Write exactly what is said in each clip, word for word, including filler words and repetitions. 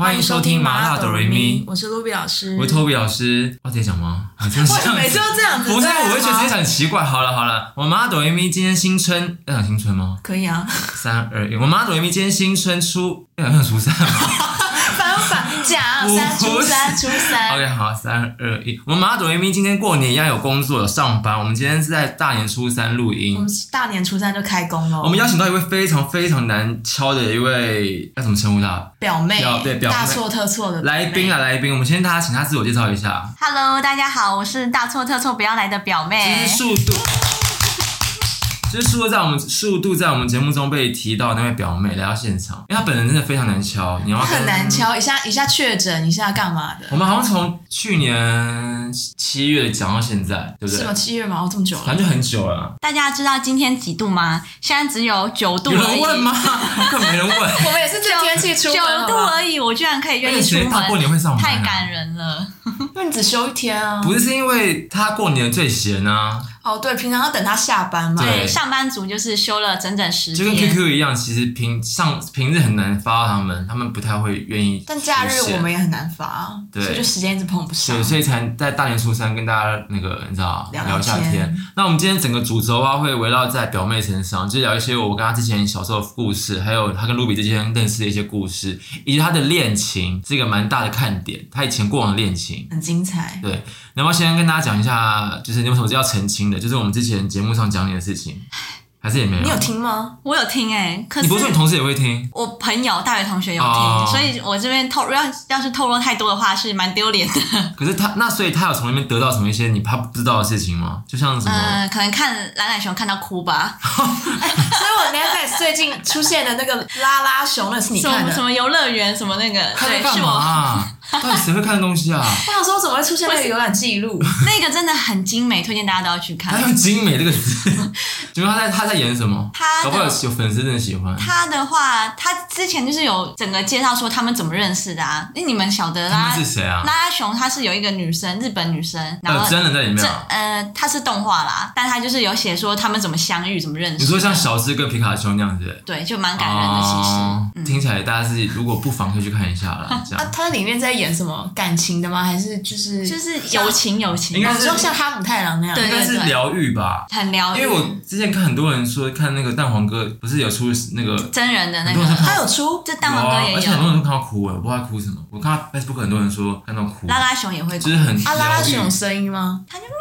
欢迎收听麻辣哆瑞咪， 我是 Ruby 老师， 我是 Toby 老师。要直接讲吗？我真是每次都这样子， 不是，我会觉得直接讲很奇怪。好了好了，我麻辣哆瑞咪今天新春要讲新春吗？ 可以啊。 三二一，我麻辣哆瑞咪今天新春初要讲初三吗？ 反反讲三初三初三。 OK， 好，三二一，我们麻辣哆瑞咪今天过年一样有工作有上班，我们今天是在大年初三录音。 我们大年初三就开工了。 我们邀请到一位非常非常难敲的一位，要怎么称呼他？ 表妹， 对表妹， 大错特错的来宾啦，来宾，我们先大家请他自我介绍一下。 Hello， 大家好，我是大错特错不要来的表妹。 这是速度。就是速度在我们速度在我们节目中被提到的那位表妹来到现场，因为她本人真的非常难敲，你要很难敲，一下一下确诊，一下干嘛的？ 我们好像从去年七月讲到现在，对不对？ 是吗？七月吗？哦，这么久了， 反正就很久了。 大家知道今天几度吗？现在只有九度而已。 有人问吗？根本没人问。 我们也是这天气出门， 九度而已，我居然可以愿意出门， 大过年会上班、啊， 太感人了。 因为你只休一天啊。 不是，是因为他过年最闲啊。 哦，对，平常要等他下班嘛。 对，上班族就是休了整整十天， 就跟 Q Q 一样，其实平上平日很难发到他们，他们不太会愿意。 但假日我们也很难发， 对， 所以就时间一直碰不上。 对，所以才在大年初三跟大家那个你知道聊聊一下天。那我们今天整个主轴啊，会围绕在表妹身上，就聊一些我跟她之前小时候的故事，还有她跟卢比之间认识的一些故事，以及她的恋情，这个蛮大的看点。她以前过往的恋情很精彩。 对，然后先跟大家讲一下，就是你有什么要澄清的，就是我们之前节目上讲你的事情，还是也没有？ 你有听吗？ 我有听哎、欸，可是你不是说你同事也会听？ 我朋友、大学同学有听，哦、所以我这边透要要是透露太多的话，是蛮丢脸的。 可是他那所以他有从那边得到什么一些你他不知道的事情吗？就像什么？ 呃，可能看懒懒熊看到哭吧。 所以我 Netflix 最近出现的那个拉拉熊，那是你看的？ 什么游乐园什么那个？ 对，是我。啊到底谁会看的东西啊？ 我想说怎么会出现那个浏览记录？ 那个真的很精美，推荐大家都要去看。 他用精美这个词，请问他在他在演什么？ 他搞不好有粉丝真的喜欢。 他的话，他之前就是有整个介绍说他们怎么认识的啊？因为你们晓得啦， 他们是谁啊？ 拉拉熊他是有一个女生，日本女生，然后有真人在里面啊？ 呃，他是动画啦，但他就是有写说他们怎么相遇，怎么认识。 你说像小智跟皮卡丘那样子？ 对，就蛮感人的。其实、 哦嗯、听起来大家是如果不妨可以去看一下啦。这样。 啊，他在里面在演什么感情的吗？还是就是就是友情友情？ 应该是说像哈姆太郎那样， 对应该是疗愈吧， 很疗愈。 因为我之前看很多人说看那个蛋黄哥不是有出那个真人的那个， 他有出， 这蛋黄哥也有， 而且很多人都看到哭哎，我不知道他哭什么。我看到 Facebook 很多人说看到哭。 拉拉熊也会哭， 就是很啊，拉拉熊有声音吗？ 他就喵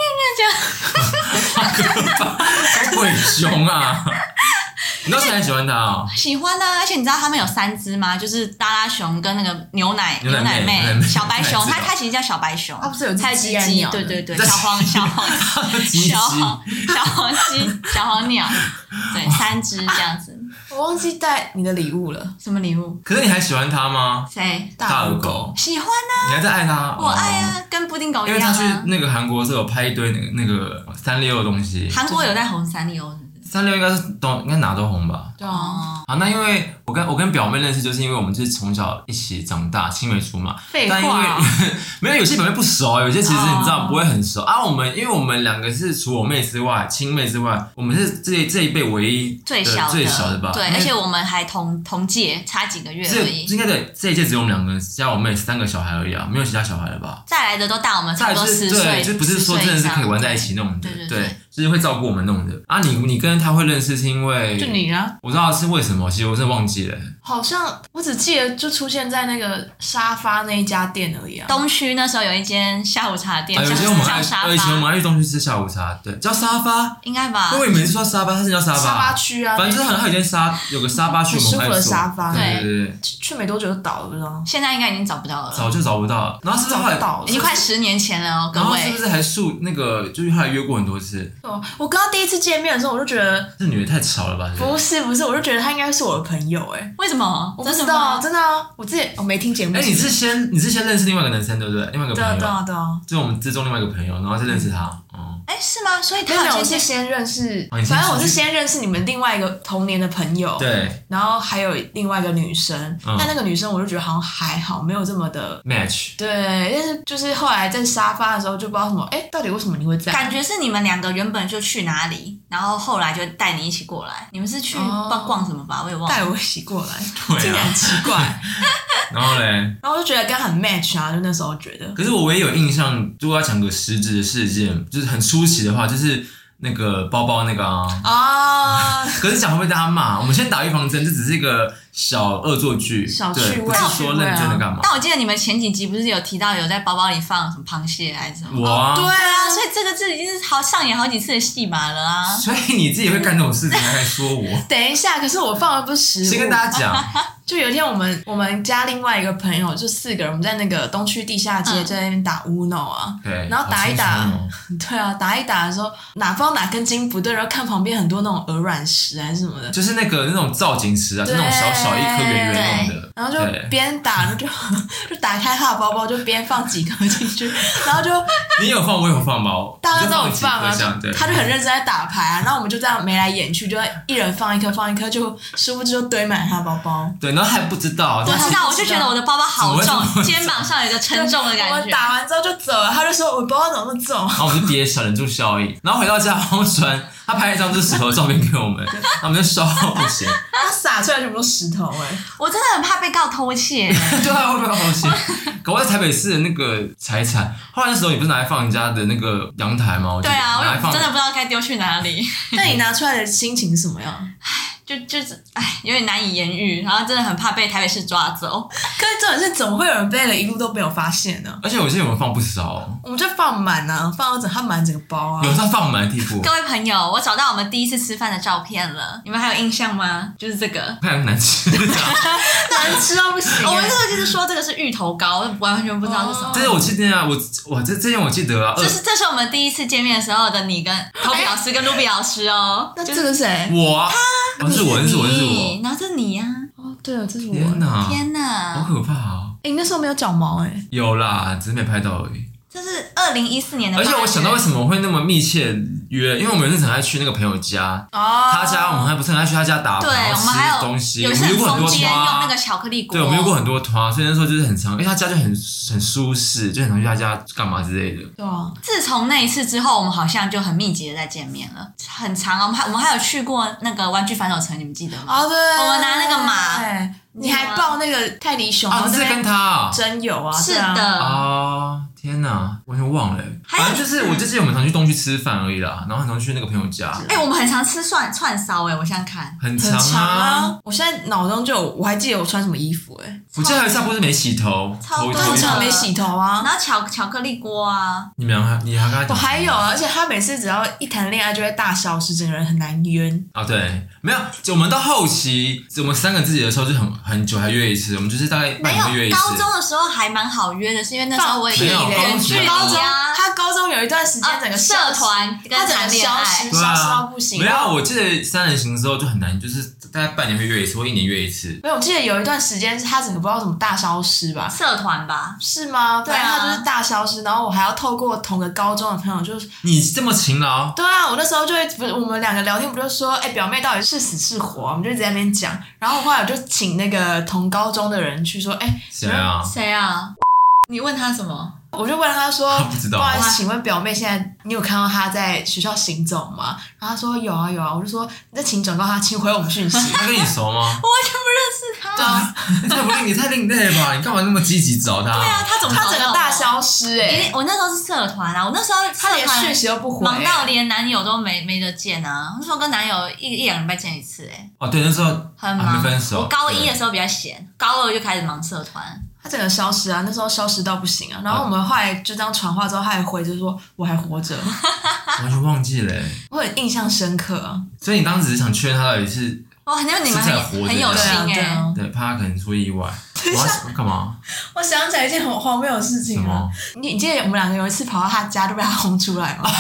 喵喵喵这样，好可怕，鬼熊啊！你到现在喜欢他哦？ 喜欢啊，而且你知道他们有三只吗？就是拉拉熊跟那个牛奶牛奶妹、 牛奶妹小白熊，它它其实叫小白熊， 它不是有它鸡鸡？对对对，小黄小黄小黄小黄鸡小黄鸟，对，三只这样子。 我忘记带你的礼物了， 什么礼物？ 可是你还喜欢他吗？ 谁？ 大耳狗。 喜欢啊！ 你还在爱他？ 我爱啊，跟布丁狗一样啊。 因为他去那个韩国的时候有拍一堆那个那个三丽鸥的东西。 韩国有在红三丽鸥。 三六应该是都应该哪都红吧？ 对啊。 好，那因为我跟我跟表妹认识，就是因为我们就是从小一起长大，青梅竹马。 废话、啊。 但因为没有有些表妹不熟，有些其实你知道不会很熟、oh. 啊。我们因为我们两个是除我妹之外，亲妹之外，我们是这这一辈唯一最小的最小的吧？ 对，而且我们还同同届，差几个月而已。 应该对，这一届只有我们两个人加我妹三个小孩而已啊，没有其他小孩了吧？ 再来的都大我们差不多十岁， 对，就不是说真的是可以玩在一起那种的， 对对对。对就是会照顾我们弄的啊你，你你跟他会认识是因为就你啊？ 我知道是为什么，其实我真的忘记了。 好像我只记得就出现在那个沙发那一家店而已啊。 东区那时候有一间下午茶店， 啊、 叫以前我们爱， 沙发。 以前我们爱去东区吃下午茶，对，叫沙发， 应该吧？ 我以为每次说沙发，它是叫沙发。 沙发区啊， 反正就是好像有一间沙，有个沙发区， 很舒服的沙发， 对对对。 去没多久就倒了，不知道。 现在应该已经找不到了， 早就找不到了。然后是不是后来倒了？ 已经快十年前了哦，各位。 然后是不是还宿那个，就是后来约过很多次？ 哦，我跟他第一次见面的时候，我就觉得这女的太吵了吧？ 不是不是，我就觉得她应该是我的朋友哎。 为什么？ 我不知道，真的啊，我之前我没听节目。 哎，你是先你是先认识另外一个男生对不对？另外一个朋友。 对啊对啊对啊。 就我们之中另外一个朋友，然后再认识他。哦。 哎，是吗？所以没有，我他有先是先认识， 哦你先反正我是出去先认识你们另外一个童年的朋友， 对然后还有另外一个女生， 嗯但那个女生我就觉得好像还好，没有这么的。 match， 对，但是就是后来在沙发的时候就不知道什么，哎，到底为什么你会在？ 感觉是你们两个原本就去哪里，然后后来就带你一起过来。你们是去哦不知道逛什么吧？我也忘了。 带我一起过来， 对啊听起来很奇怪。 然后嘞， 然后我就觉得跟他很 match 啊，就那时候觉得。 可是我唯一有印象，如果要讲个实质的事件，就是很出奇的话，就是那个包包那个啊。 啊， 可是讲会不会被大家骂？我们先打预防针，这只是一个小恶作剧， 小趣对， 味不是说认真的干嘛。 但我记得你们前几集不是有提到有在包包里放什么螃蟹还是什么？ 我啊， 对对啊， 啊， 所以这个字已经是好上演好几次的戏码了啊。 所以你自己会干这种事情，还在说我？ 等一下，可是我放的不是食物。 先跟大家讲， 就有一天我们我们家另外一个朋友就四个人，我们在那个东区地下街嗯在那边打 Uno 啊， 对， 然后打一打好轻松哦对啊，打一打的时候哪不知道哪根筋不对，然后看旁边很多那种鹅卵石还是什么的， 就是那个那种造景石啊，是那种小小一颗圆圆的， 然后就对边打，然后就就打开他的包包，就边放几颗进去，然后就你有放，我有放吧？ 大家都有我就放啊， 几颗这样对， 他就很认真在打牌啊，然后我们就这样眉来眼去，就一人放一颗放一颗，就殊不知就堆满他的包包。 对，然后还不知道， 我知道，我就觉得我的包包好怎么会这重， 么重肩膀上有一个沉重的我感觉。 们打完之后就走了，他就说我包包怎么那么重？ 然后我们就憋笑，忍住笑意。然后回到家，黄传他拍了一张这石头的照片给我们，然后我们就笑到不行。 他撒出来全部都石头哎、欸！ 我真的很怕被告偷窃。 对啊，会不会好险？搞不好在台北市的那个财产，后来那时候你不是拿来放人家的那个阳台吗？我记得对啊， 拿来放我真的不知道该丢去哪里。 那你拿出来的心情是什么样？ 就就是哎，有点难以言喻，然后真的很怕被台北市抓走。 可是重点是怎么会有人背了一路都没有发现呢？ 而且我记得我们放不少， 我们就放满啊，放到整他满整个包啊。 有到放满的地步， 各位朋友，我找到我们第一次吃饭的照片了，你们还有印象吗？就是这个。 看起来很难吃。 难吃到不行、欸。 我们这个就是说这个是芋头糕，我完全不知道是什么。 这是我记得啊，我哇，这这件我记得啊， 这是这是我们第一次见面的时候的你跟 Toby 老师跟 Ruby 老师哦。 那这个是谁？ 我啊，哦是我，是我，是我。 你然后这是你呀、 哦，对了，这是我。 天哪， 天好哪！ 可怕哦！ 哎、你那时候没有脚毛哎、欸。 有啦，只是没拍到而已。 这是二零一四年的。 而且我想到为什么我会那么密切约，因为我们有一次很爱去那个朋友家， 哦。 他家我们还不是很爱去他家打牌， 对， 然后我们还有吃东西， 有一次我们约过很多中间用那团个。巧克力锅。 对，我们约过很多团，所以那时候就是很常，因为他家就很很舒适，就很常去他家干嘛之类的。 对啊。 自从那一次之后，我们好像就很密集的在见面了，很长啊。我们还我们还有去过那个玩具反斗城，你们记得吗？ 哦，对。 我们拿那个马对，你还抱那个泰迪熊，然啊， 后在那边是跟他啊。 真有啊。 是对啊。 的。 啊！天哪，完全忘了欸。 还有反正就是，我就记得我们常去东区吃饭而已啦，然后很常去那个朋友家， 哎、我们很常吃串串烧哎，我想想看， 很很长啊。 啊！我现在脑中就有，我还记得我穿什么衣服哎、欸， 我记得还有一次他不是没洗头，头超多很头一头长没洗头啊。 然后巧巧克力锅啊， 你们还你还跟他我讲？ 还有啊，而且他每次只要一谈恋爱就会大消失，整个人很难约。 啊，对，没有，就我们到后期，我们三个自己的时候就很很久还约一次，我们就是大概半没年会约一次。 有高中的时候还蛮好约的，是因为那时候我也没有远距离高高中啊， 他高中有一段时间整个啊社团跟他整个谈恋爱消失， 对消失到啊不，行。 没有，我记得三人行之后就很难，就是大概半年会约一次，或一年约一次。 没有，我记得有一段时间是他整个不知道怎么大消失吧？ 社团吧， 是吗？ 对啊反正他就是大消失，然后我还要透过同个高中的朋友，就是你这么勤劳， 对啊，我那时候就会不是我们两个聊天，不就说哎、表妹到底是死是活、啊，我们就一直在那边讲。然后后来我就请那个同高中的人去说，哎、 谁啊？ 谁啊？你问他什么？ 我就问他说， 他不知道不好意思，请问表妹现在你有看到她在学校行走吗？然后他说有啊有啊，我就说那请转告他，请回我们讯息。 他跟你熟吗？ 我完全不认识他。 对啊， 你太不另，你太另类了吧？你干嘛那么积极找他？ 对啊，他怎么他整个找到我大消失哎、 一定我那时候是社团啊，我那时候他连社团讯息都不回、 忙到连男友都没没得见啊！那时候跟男友一一两个礼拜见一次、欸，哎， 哦，对，那时候还很忙。 没分手。 我高一对的时候比较闲，高二就开始忙社团。 他整个消失啊，那时候消失到不行啊。然后我们后来就这样传话之后，他还回着说我还活着， 完全忘记了欸。 我很印象深刻啊。 所以你当时只是想确认他到底是哇，因为你们是在很活着很有心哎、 对啊， 对，怕他可能出意外。我要干嘛？ 我想起来一件很荒谬的事什情啊么？ 你你记得我们两个有一次跑到他家就被他轰出来吗？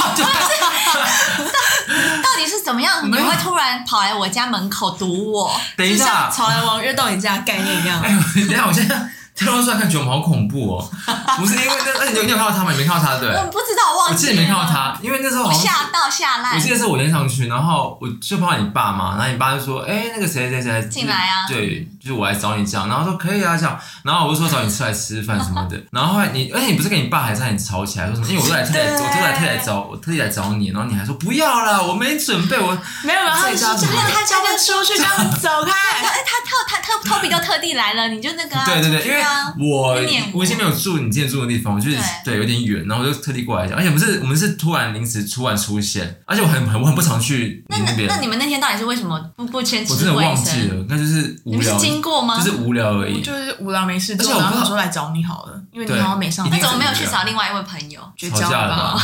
到底是怎么样？你没有会突然跑来我家门口堵我？ 等一下， 草莓王跃到你家的概念一样。 哎，等一下，我现在跳出来看，觉得我们好恐怖哦。 不是因为那，而且你有看到他吗？你没看到他对？ 我不知道，我忘记了。 我记得你没看到他，因为那时候好像吓到吓烂。 我记得是我先上去，然后我就碰到你爸嘛，然后你爸就说：“哎、欸，那个谁谁谁进来啊。” 对，就是我来找你这样，然后说可以啊这样，然后我就说找你出来吃饭什么的，然后后来你，而且你不是跟你爸还差点吵起来，说什么？因为我都来特地，我都来特地来找，我特地来找你，然后你还说不要啦，我没准备，我没有，他就说他叫他出去，叫你走开。 哎，他特他特托比都特地来了，你就那个、啊、 对对对，因为我我已经没有住你之前住的地方，我就是 对, 对有点远，然后我就特地过来讲，而且不是我们是突然临时突然出现，而且我很很我很不常去你那边。 那你们那天到底是为什么不不先吃？ 我真的忘记了，那就是无聊。 你们是经过吗？ 就是无聊而已， 就是无聊没事做，然后他说来找你好了，因为你好像没上。 那怎么没有去找另外一位朋友？ 绝交了吧？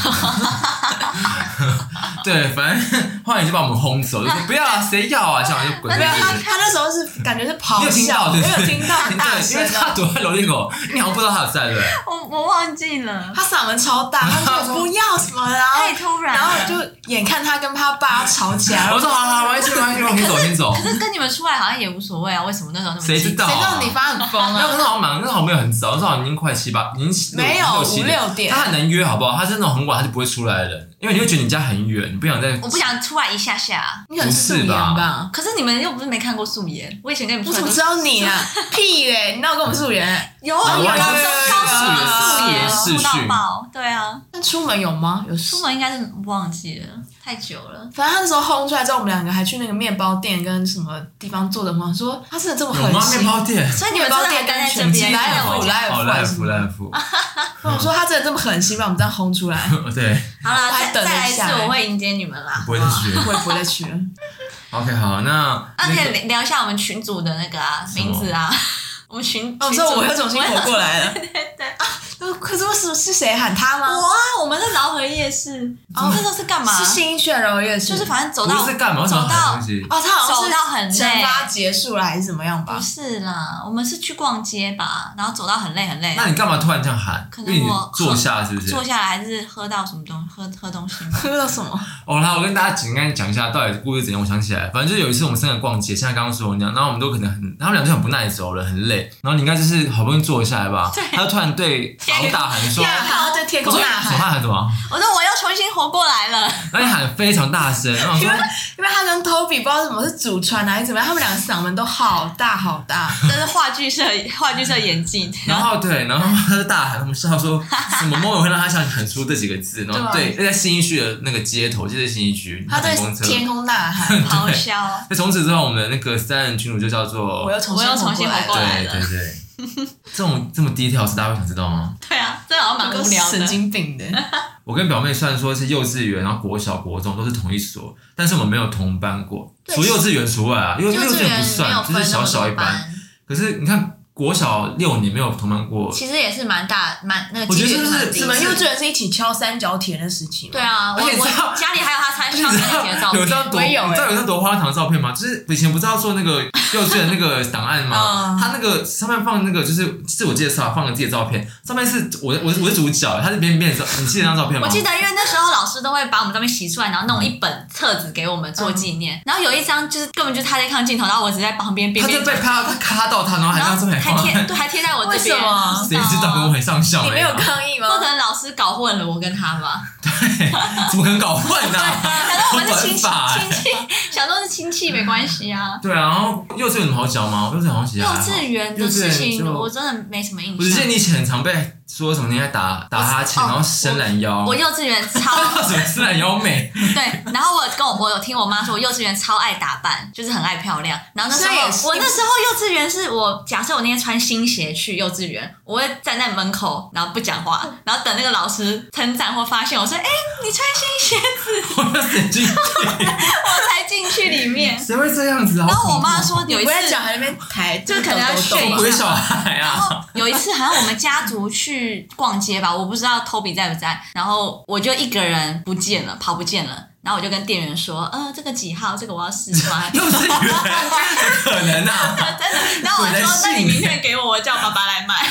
对，反正后来你就把我们轰走，就说不要啊，谁要啊？这样就滚。 没有，他他那时候是感觉是咆哮，没有听到很大声， 因为他躲在楼梯口，你好像不知道他有在对。 我我忘记了， 他嗓门超大，他说不要什么，然后太突然， 然后就眼看他跟他爸吵起来， 我说好好，没事没事，我先走先走。 可是跟你们出来好像也无所谓啊，为什么那时候那么谁知道？ 谁知道你爸很疯啊？ 那时候好像蛮，那时候没有很早，那时候已经快七八，已经没有五六点。 他很难约好不好？他是那种很晚他就不会出来的人，因为你会觉得你家很远，你不想再。 我不想出来一下下， 你可能是素颜吧？ 可是你们又不是没看过素颜，我以前跟你们出来。 我怎么知道你啊？屁嘞！你哪有跟我们素颜？ 有啊有啊，高素颜素到爆，对啊。 那出门有吗？有出门应该是忘记了，太久了。 反正他那时候轰出来之后，我们两个还去那个面包店跟什么地方坐的嘛，说他真的这么狠心。 面包店， 所以你们真的还待在这边？ 莱尔富，莱尔富，莱尔富。 我说他真的这么狠心，把我们这样轰出来。 对。 好了，再再来一次，我会迎接你们啦。 不会再去了， 我也不会再去了。 OK， 好，那那可以聊一下我们群组的那个啊名字啊。我们群， 哦，所以我又重新活过来了。 对对对啊！ 可是为什么是谁喊他吗？ 我啊，我们在饶河夜市。哦，那时候是干嘛？ 是新一区的饶河夜市， 就是反正走到不是干嘛？走到哦，他好像走到很累， 惩罚结束了还是怎么样吧？ 不是啦，我们是去逛街吧，然后走到很累很累。 那你干嘛突然这样喊？ 可能我坐下是不是？ 坐下来还是喝到什么东喝喝东西吗？ 喝到什么？ 哦，那我跟大家简单讲一下到底故事怎样。我想起来，反正就是有一次我们三个逛街，像刚刚说的那样，然后我们都可能很，他们俩就很不耐走了，很累，然后你应该就是好不容易坐下来吧，他就突然对房大喊说：“ 他对天空大喊， 他喊什么？ 我说我又重新活过来了。” 那你喊非常大声，然后说， 因为因为他跟 Toby 不知道什么是祖传还是怎么样，他们两个嗓门都好大好大， 这是话剧社话剧社演技。 然后对，然后他就大喊，我们笑说什么 moment 会让他想喊出这几个字，然后对，在信义区的那个街头，就是信义区， 他对天空大喊， 咆哮。 那从此之后，我们的那个三人群组就叫做我又重新活过来了。 对对对。这种这么低调是大家会想知道吗？ 对啊，这好像蛮无聊的， 神经病的。 我跟表妹虽然说是幼稚园，然后国小、国中都是同一所，但是我们没有同班过，除幼稚园除外啊，因为幼稚园不算，就是小小一班。可是你看。国小六年没有同班过， 其实也是蛮大蛮那个。 我觉得是什么幼稚园是一起敲三角铁的时期吗？ 对啊，我我家里还有他参敲三角铁的照片。 有张多，你知道有张多花糖的照片吗？就是以前不是要做那个幼稚园那个档案吗？他那个上面放那个就是自我介绍，放了自己的照片，上面是我我我是主角，他是边边的。你记得那张照片吗？ 我记得，因为那时候老师都会把我们照片洗出来，然后弄一本册子给我们做纪念。然后有一张就是根本就是他在看镜头，然后我只在旁边边边。他就被拍到，他卡到他，然后还让照片还贴对还贴在我这边。 为什么？ 谁知道跟我很上校？ 你没有抗议吗？ 不可能老师搞混了我跟他吧？ 对，怎么可能搞混呢？ 反正我们是亲戚，亲戚，小时候是亲戚，没关系啊。 对啊，然后幼稚园怎么好讲吗？幼稚园好像幼稚园的事情，我真的没什么印象。 我记得你以前很常被说什么你在打打哈欠，然后伸懒腰。 我幼稚园超什么伸懒腰美？ 对，然后我跟我我有听我妈说，我幼稚园超爱打扮，就是很爱漂亮。然后那时候我那时候幼稚园是我假设我那天穿新鞋去幼稚园，我会站在门口，然后不讲话，然后等那个老师称赞或发现我说，哎、欸，你穿新鞋子， 我要点进去， 我才进去里面。 谁会这样子啊？ 然后我妈说有一次脚还在那边抬， 就可能要炫一下。 鬼小孩啊！ 然后有一次好像我们家族去逛街吧，我不知道 Toby 在不在，然后我就一个人不见了，跑不见了。然后我就跟店员说，呃，这个几号？这个我要试穿。 幼稚园？不可能啊！ 真的。然后我说，那你明天给我，我叫爸爸来买。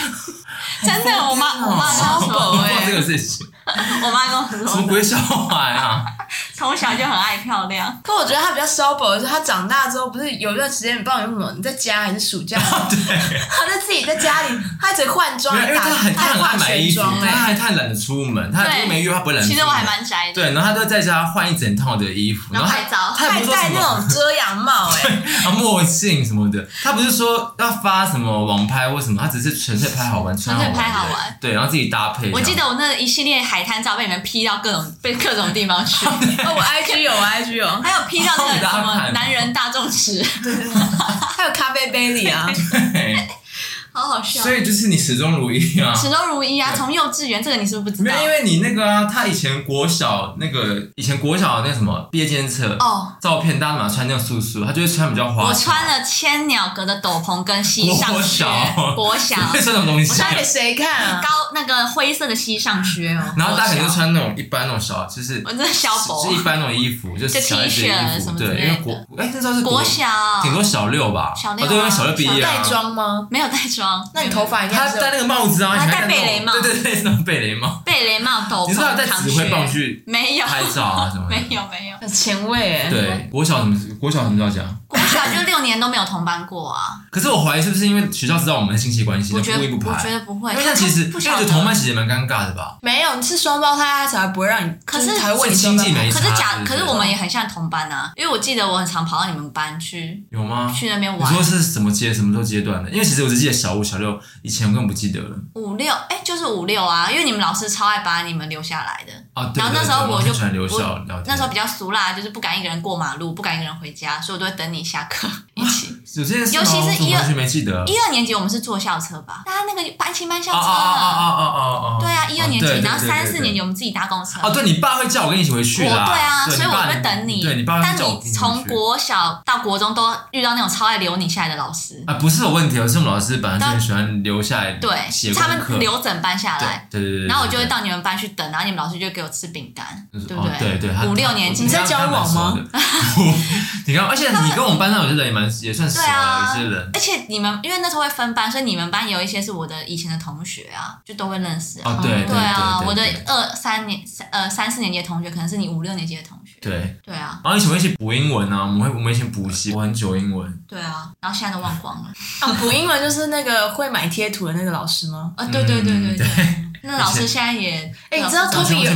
真的，我妈我妈跟我说， 哎，这个事情， 我妈跟我说， 什么鬼小孩啊？ 从小就很爱漂亮。 可我觉得他比较 sober 的是，他长大之后不是有一段时间，你不知道有什么你在家还是暑假， 对， 他在自己在家里，他一直换装， 因为他很他很爱买衣服，他还他很懒得出门，他如果没约他不会懒得出门。 其实我还蛮宅的。 对，然后他都在家换一整套的衣服， 然后拍照， 他还戴那种遮阳帽，哎， 啊墨镜什么的。他不是说要发什么网拍或什么，他只是纯粹拍好玩， 纯粹拍好玩。 对，然后自己搭配。 我记得我那一系列海滩照被你们 P 到各种被各种地方去。 哦，我 I G 有，我 I G 有， 还有 P 到那个什么男人大众池， 还有咖啡杯里啊。 好好笑， 所以就是你始终如一啊， 始终如一啊！从幼稚园，这个你是不是不知道？ 没有，因为你那个啊，他以前国小那个以前国小的那什么毕业纪念册哦， 照片大家嘛穿那种素素，他就会穿比较花。 我穿了千鸟格的斗篷跟西上靴，国小会穿什么东西？ 我穿给谁看啊？ 高那个灰色的西上靴哦。 然后大家可能就穿那种一般那种小，就是我真的小薄， 是一般那种衣服，就是小 T 恤什么之类的。 对，因为国哎那时候是国小， 顶多小六吧， 小六， 对，因为小六毕业。 带妆吗？ 没有带妆， 那你头发？ 他戴那个帽子啊， 他戴贝雷帽， 对对对，那种贝雷帽。 贝雷帽斗篷， 你说他带指挥棒去没有拍照啊什么？ 没有没有， 很前卫哎。 对，国小什么国小什么时候讲？ 国小就六年都没有同班过啊。 可是我怀疑是不是因为学校知道我们的亲戚关系，就故意不排？ 我觉得不会， 因为他其实因为同班其实也蛮尴尬的吧？ 没有，你是双胞胎，他才不会让你， 可是才会问你亲戚没差。 可是假，可是我们也很像同班啊，因为我记得我很常跑到你们班去。 有吗？ 去那边玩。 你说是什么阶什么时候阶段的？因为其实我只记得小五、小六，以前我根本不记得了。 五六，哎，就是五六啊，因为你们老师超爱把你们留下来的。 哦，对。 然后那时候我就喜欢留校聊天。 那时候比较俗辣，就是不敢一个人过马路，不敢一个人回家，所以我都会等你下课一起。 有这件事吗？ 尤其是一二， 完全没记得。 一二年级我们是坐校车吧？大家那个班亲班校车。 哦哦哦哦哦。 对啊，一二年级，然后三四年级我们自己搭公车。 哦，对你爸会叫我跟你一起回去啦。 对啊，所以我会等你。 对你爸会叫我。 但你从国小到国中都遇到那种超爱留你下来的老师啊，不是有问题，是我们老师本来就很喜欢留下来， 对，他们留整班下来， 对对对。 然后我就会到你们班去等，然后你们老师就给我吃饼干，对不对？对对， 五六年级你在交往吗？ 你看，而且你跟我们班上有些人也蛮也算熟啊，有些人。 而且你们因为那时候会分班，所以你们班有一些是我的以前的同学啊，就都会认识。 哦，对对啊，我的二三年呃三四年级的同学，可能是你五六年级的同学。 对对啊。 然后以前会一起补英文啊，我们会我们以前补习补很久英文。 对啊，然后现在都忘光了。 啊，补英文就是那个会买贴图的那个老师吗？ 啊，对对对对对。那老师现在也， 哎，你知道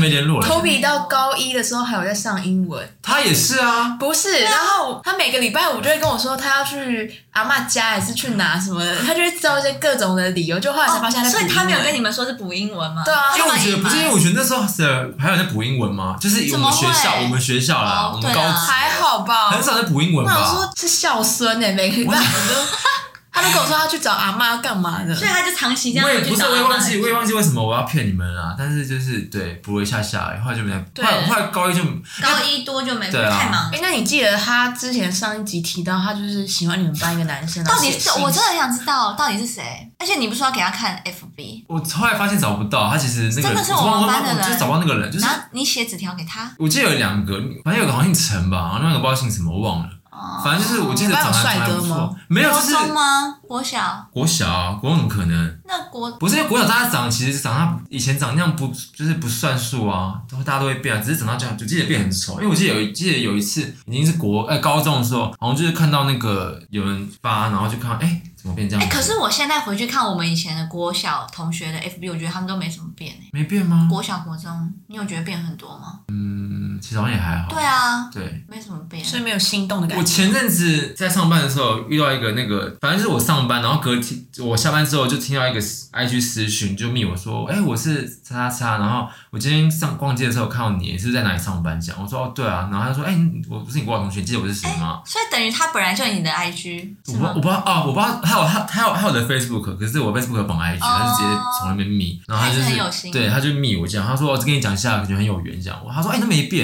Toby 到高一的时候还有在上英文， 他也是啊， 不是，然后他每个礼拜五就会跟我说他要去阿嬷家还是去哪什么的，他就会造一些各种的理由，就后来才发现他在补英文。 所以他没有跟你们说是补英文吗？ 对啊， 因为我觉得不是，因为我觉得那时候是还有在补英文吗？就是我们学校，我们学校啦，我们高还好吧， 很少在补英文吧。 我说是孝孙哎，每个礼拜我都。他都跟我说他去找阿妈要干嘛的， 所以他就长期这样我也不是， 去找阿嬷。 我也忘记，我也忘记为什么我要骗你们啊！但是就是对补了一下下来，后来就没，后来后来高一就高一多就没， 对啊， 太忙。 哎，那你记得他之前上一集提到他就是喜欢你们班一个男生， 到底是我真的很想知道到底是谁？而且你不是说要给他看 F B？ 我后来发现找不到，他其实那个真的是我们班的人， 就是找不到那个人，就是你写纸条给他。 我记得有两个，反正有个好像姓陈吧，然后另外一个不知道姓什么，我忘了。反正就是我记得长得还不错，没有就是国中吗？国小？ 国小啊，国中怎么可能？ 那国不是因为国小大家长其实长大以前长那样不就是不算数啊，都大家都会变啊，只是长大这样就记得变很丑。因为我记得有记得有一次已经是国哎、欸、高中的时候，好像就是看到那个有人发，然后就看到哎、欸、怎么变这样？ 哎、欸，可是我现在回去看我们以前的国小同学的 F B， 我觉得他们都没什么变哎、欸。 没变吗？ 国小国中，你有觉得变很多吗？ 嗯，其实好像也还好。 对啊， 对， 没什么变， 所以没有心动的感觉。 我前阵子在上班的时候遇到一个那个，反正就是我上班，然后隔天我下班之后就听到一个 I G 私讯，就密我说，哎、欸，我是叉叉叉，然后我今天上逛街的时候看到你，是在哪里上班？这样我说哦对啊，然后他说，哎、欸，我不是你国小同学，你记得我是谁吗？ 欸、所以等于他本来就有你的 I G， 我不我不知道哦，我不知道他有他他有他有我的 Facebook， 可是我 Facebook 有绑 I G，、哦、他是直接从那边密，然后他就是很有心对他就密我这样，他说我只跟你讲一下，感觉很有缘这样，他说哎、欸、都没变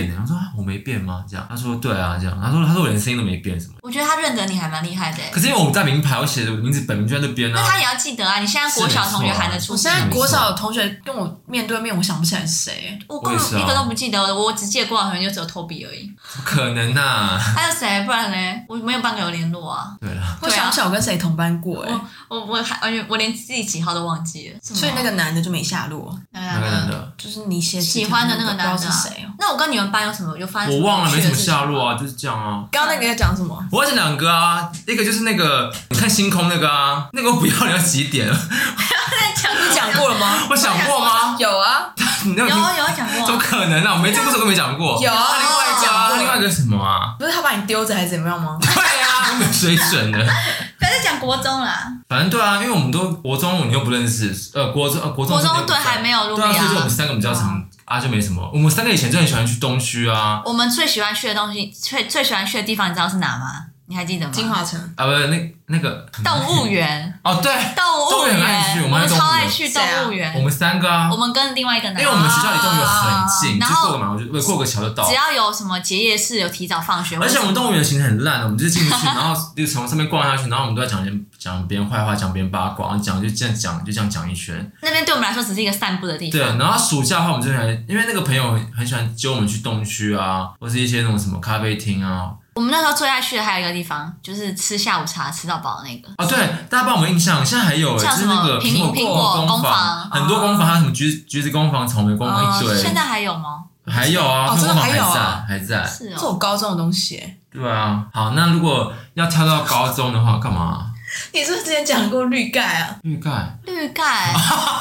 的。我说、啊、我没变吗？这样，他说对啊，这样，他说他说我连声音都没变什么。 我觉得他认得你还蛮厉害的。 可是因为我在名牌，我写的我的名字本名就在那边啊。 那他也要记得啊！你现在国小同学喊得出。 我现在国小同学跟我面对面，我想不起来是谁。 我根本一个都不记得，我只记得国小同学就只有 Toby 而已。 不可能啊！ 还有谁？不然呢？我没有半个有联络啊。 对了， 我想不起来我跟谁同班过哎。 我我我还我连自己几号都忘记了。 所以那个男的就没下落。 哪个男的？ 就是你写喜欢的那个男的是谁？ 那我跟你们班有什么？有发生？ 我忘了，没什么下落啊，就是这样啊。 刚刚那个要讲什么？ 我要讲两个啊，一个就是那个你看星空那个啊，那个我不要你要几点了？ 讲你讲过了吗？ 我讲过吗？ 有啊， 你有有有讲过？ 怎么可能啊？我没这故事都没讲过。 有啊， 另外一个啊，另外一个什么啊？ 不是他把你丢着还是怎么样吗？ 对啊，没有水准的。 不要再讲国中啦。 反正对啊，因为我们都国中你又不认识，呃，国中呃国中国中对还没有入啊， 对啊，所以我们三个比较常啊就没什么。我们三个以前就很喜欢去东区啊。 我们最喜欢去的东西，最最喜欢去的地方，你知道是哪吗？你还记得吗？ 金华城啊，不是那那个动物园哦，对， 动物园， 很爱去，我们超爱去动物园。 我们三个啊， 我们跟另外一个男的， 因为我们学校离动物园很近， 然后就过个马路就过个桥就到。 只要有什么结业式，有提早放学， 而且我们动物园的行程很烂，我们就是进去，然后就从上面逛下去，然后我们都在讲讲别人坏话，讲别人八卦，然后讲就这样讲，就这样讲一圈。 那边对我们来说只是一个散步的地方。 对，然后暑假的话，我们就很因为那个朋友很喜欢揪我们去东区啊，或是一些那种什么咖啡厅啊。 我们那时候最爱去的还有一个地方，就是吃下午茶吃到饱的那个。 哦，对，大家帮我们印象，现在还有哎，就是那个苹果苹果工坊， 很多工坊，还有什么橘橘子工坊、草莓工坊一堆。 现在还有吗？ 还有啊， 哦， 工坊还在， 还在。 是哦， 这我高中的东西。 对啊，好，那如果要跳到高中的话，干嘛？ 你是不是之前讲过绿盖啊？ 绿盖， 绿盖，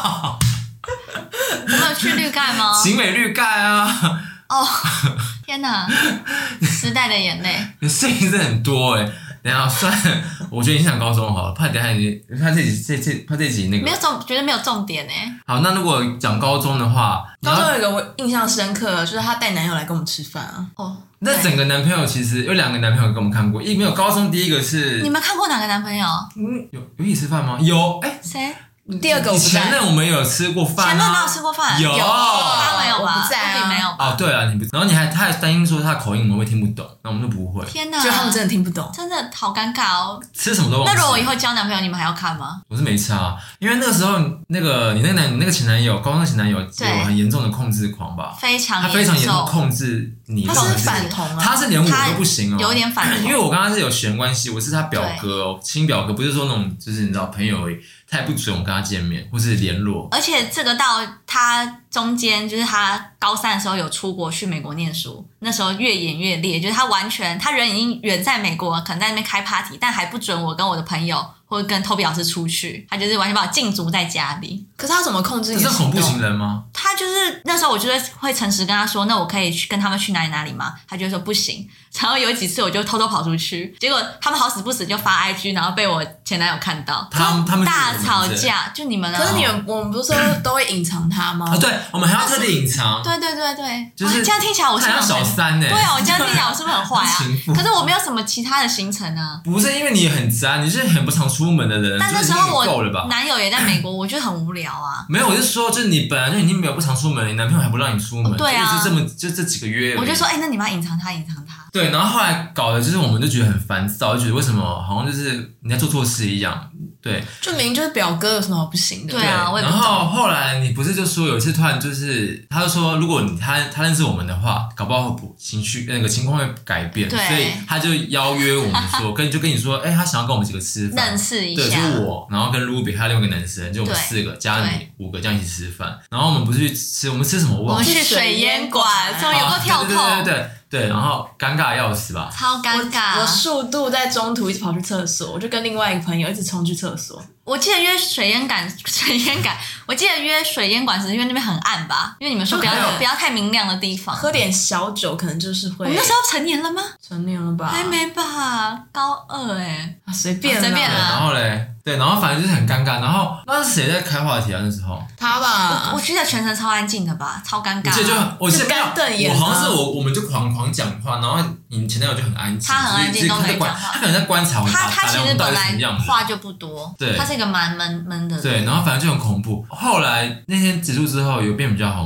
我们有去绿盖吗？ 景美绿盖啊！ 哦，天哪！时代的眼泪， 你事情是很多哎、欸。等一下算了，我觉得影响高中好了，怕等一下你怕这集这这怕这集那个没有重，觉得没有重点哎、欸。 好，那如果讲高中的话， 高中有一个我印象深刻的，就是她带男友来跟我们吃饭啊。 哦， 那整个男朋友其实有两个男朋友跟我们看过，一没有高中第一个是你们看过哪个男朋友？ 嗯，有有一起吃饭吗？有，哎、 欸，谁？ 第二个我不在。 前任我们有吃过饭、啊， 前任哪有吃过饭？ 有， 他没有吧？ 我不在啊， 没有吧？ 哦，对了，你不，然后你还他还担心说他的口音我们会听不懂，那我们就不会。 天哪， 就他们真的听不懂， 真的好尴尬哦。 吃什么都忘记。 那如果我以后交男朋友，你们还要看吗？ 我是没差、啊，因为那个时候那个你那个男你那个前男友，高中前男友有很严重的控制狂吧？ 非常他非常严重控制你， 他是反同啊， 他是连我都不行哦， 有点反同。 因为我跟他是有血缘关系，我是他表哥哦，亲表哥，不是说那种就是你知道朋友而已。他也不准我跟他见面或是联络， 而且这个到他中间就是他高三的时候有出国去美国念书，那时候越演越烈，就是他完全他人已经远在美国，可能在那边开 party， 但还不准我跟我的朋友或者跟 Toby 老师出去，他就是完全把我禁足在家里。 可是他怎么控制你？ 这是恐怖情人吗？ 他就是那时候我就会诚实跟他说，那我可以去跟他们去哪里哪里吗？他就说不行。然后有几次我就偷偷跑出去，结果他们好死不死就发 I G， 然后被我前男友看到， 他们他们大吵架，就你们、啊。 可是你们我们不是说都会隐藏他吗？ 啊，对，我们还要特地隐藏。 对对对对， 就是这样听起来我是很小三呢、欸。 对啊，我这样听起来我是不是很坏啊？可是我没有什么其他的行程啊。 不是因为你很宅，你是很不常出门的人。 但那时候我男友也在美国，我觉得很无聊啊。 没有，我是说，就是你本来就已经没有不常出门，你男朋友还不让你出门， 哦、对啊， 就这么就这几个月。 我就说，哎、欸，那你们要隐藏他，隐藏他。 对，然后后来搞的就是，我们就觉得很烦躁，就觉得为什么好像就是你在做错事一样。对， 就明明就是表哥，有什么好不行的？ 对啊，我也不懂。然后后来你不是就说有一次突然就是，他就说如果你他他认识我们的话，搞不好情绪那个情况会改变，所以他就邀约我们说，跟就跟你说，哎、欸，他想要跟我们几个吃饭， 认识一下。 对，就是我，然后跟 Ruby 还有另外一个男生，就我们四个加你五个这样一起吃饭。然后我们不是去吃，我们吃什么？ 我们去水烟馆，怎么有个跳痛？对对对对。对，然后尴尬要死吧， 超尴尬。 我, 我速度在中途一直跑去厕所，我就跟另外一个朋友一直冲去厕所。 我记得约水烟馆，水烟馆，我记得约水烟馆是因为那边很暗吧？因为你们说不要不要太明亮的地方， 喝点小酒可能就是会。 我们那时候成年了吗？ 成年了吧？ 还没吧？高二哎、 欸，随、啊、便随便啦。 然后嘞，对，然后反正就是很尴尬。然后那是谁在开话题啊？那时候他吧。 我, 我记得全程超安静的吧，超尴尬。 我记得就我记得干瞪眼， 我好像是我，我们就狂狂讲话，然后你前男友就很安静， 他很安静都没讲话， 他可能在观察我们。 他他其实本来话就不多， 对， 他是一个蛮闷闷的。 对，然后反正就很恐怖。后来那天结束之后，有变比较好吗？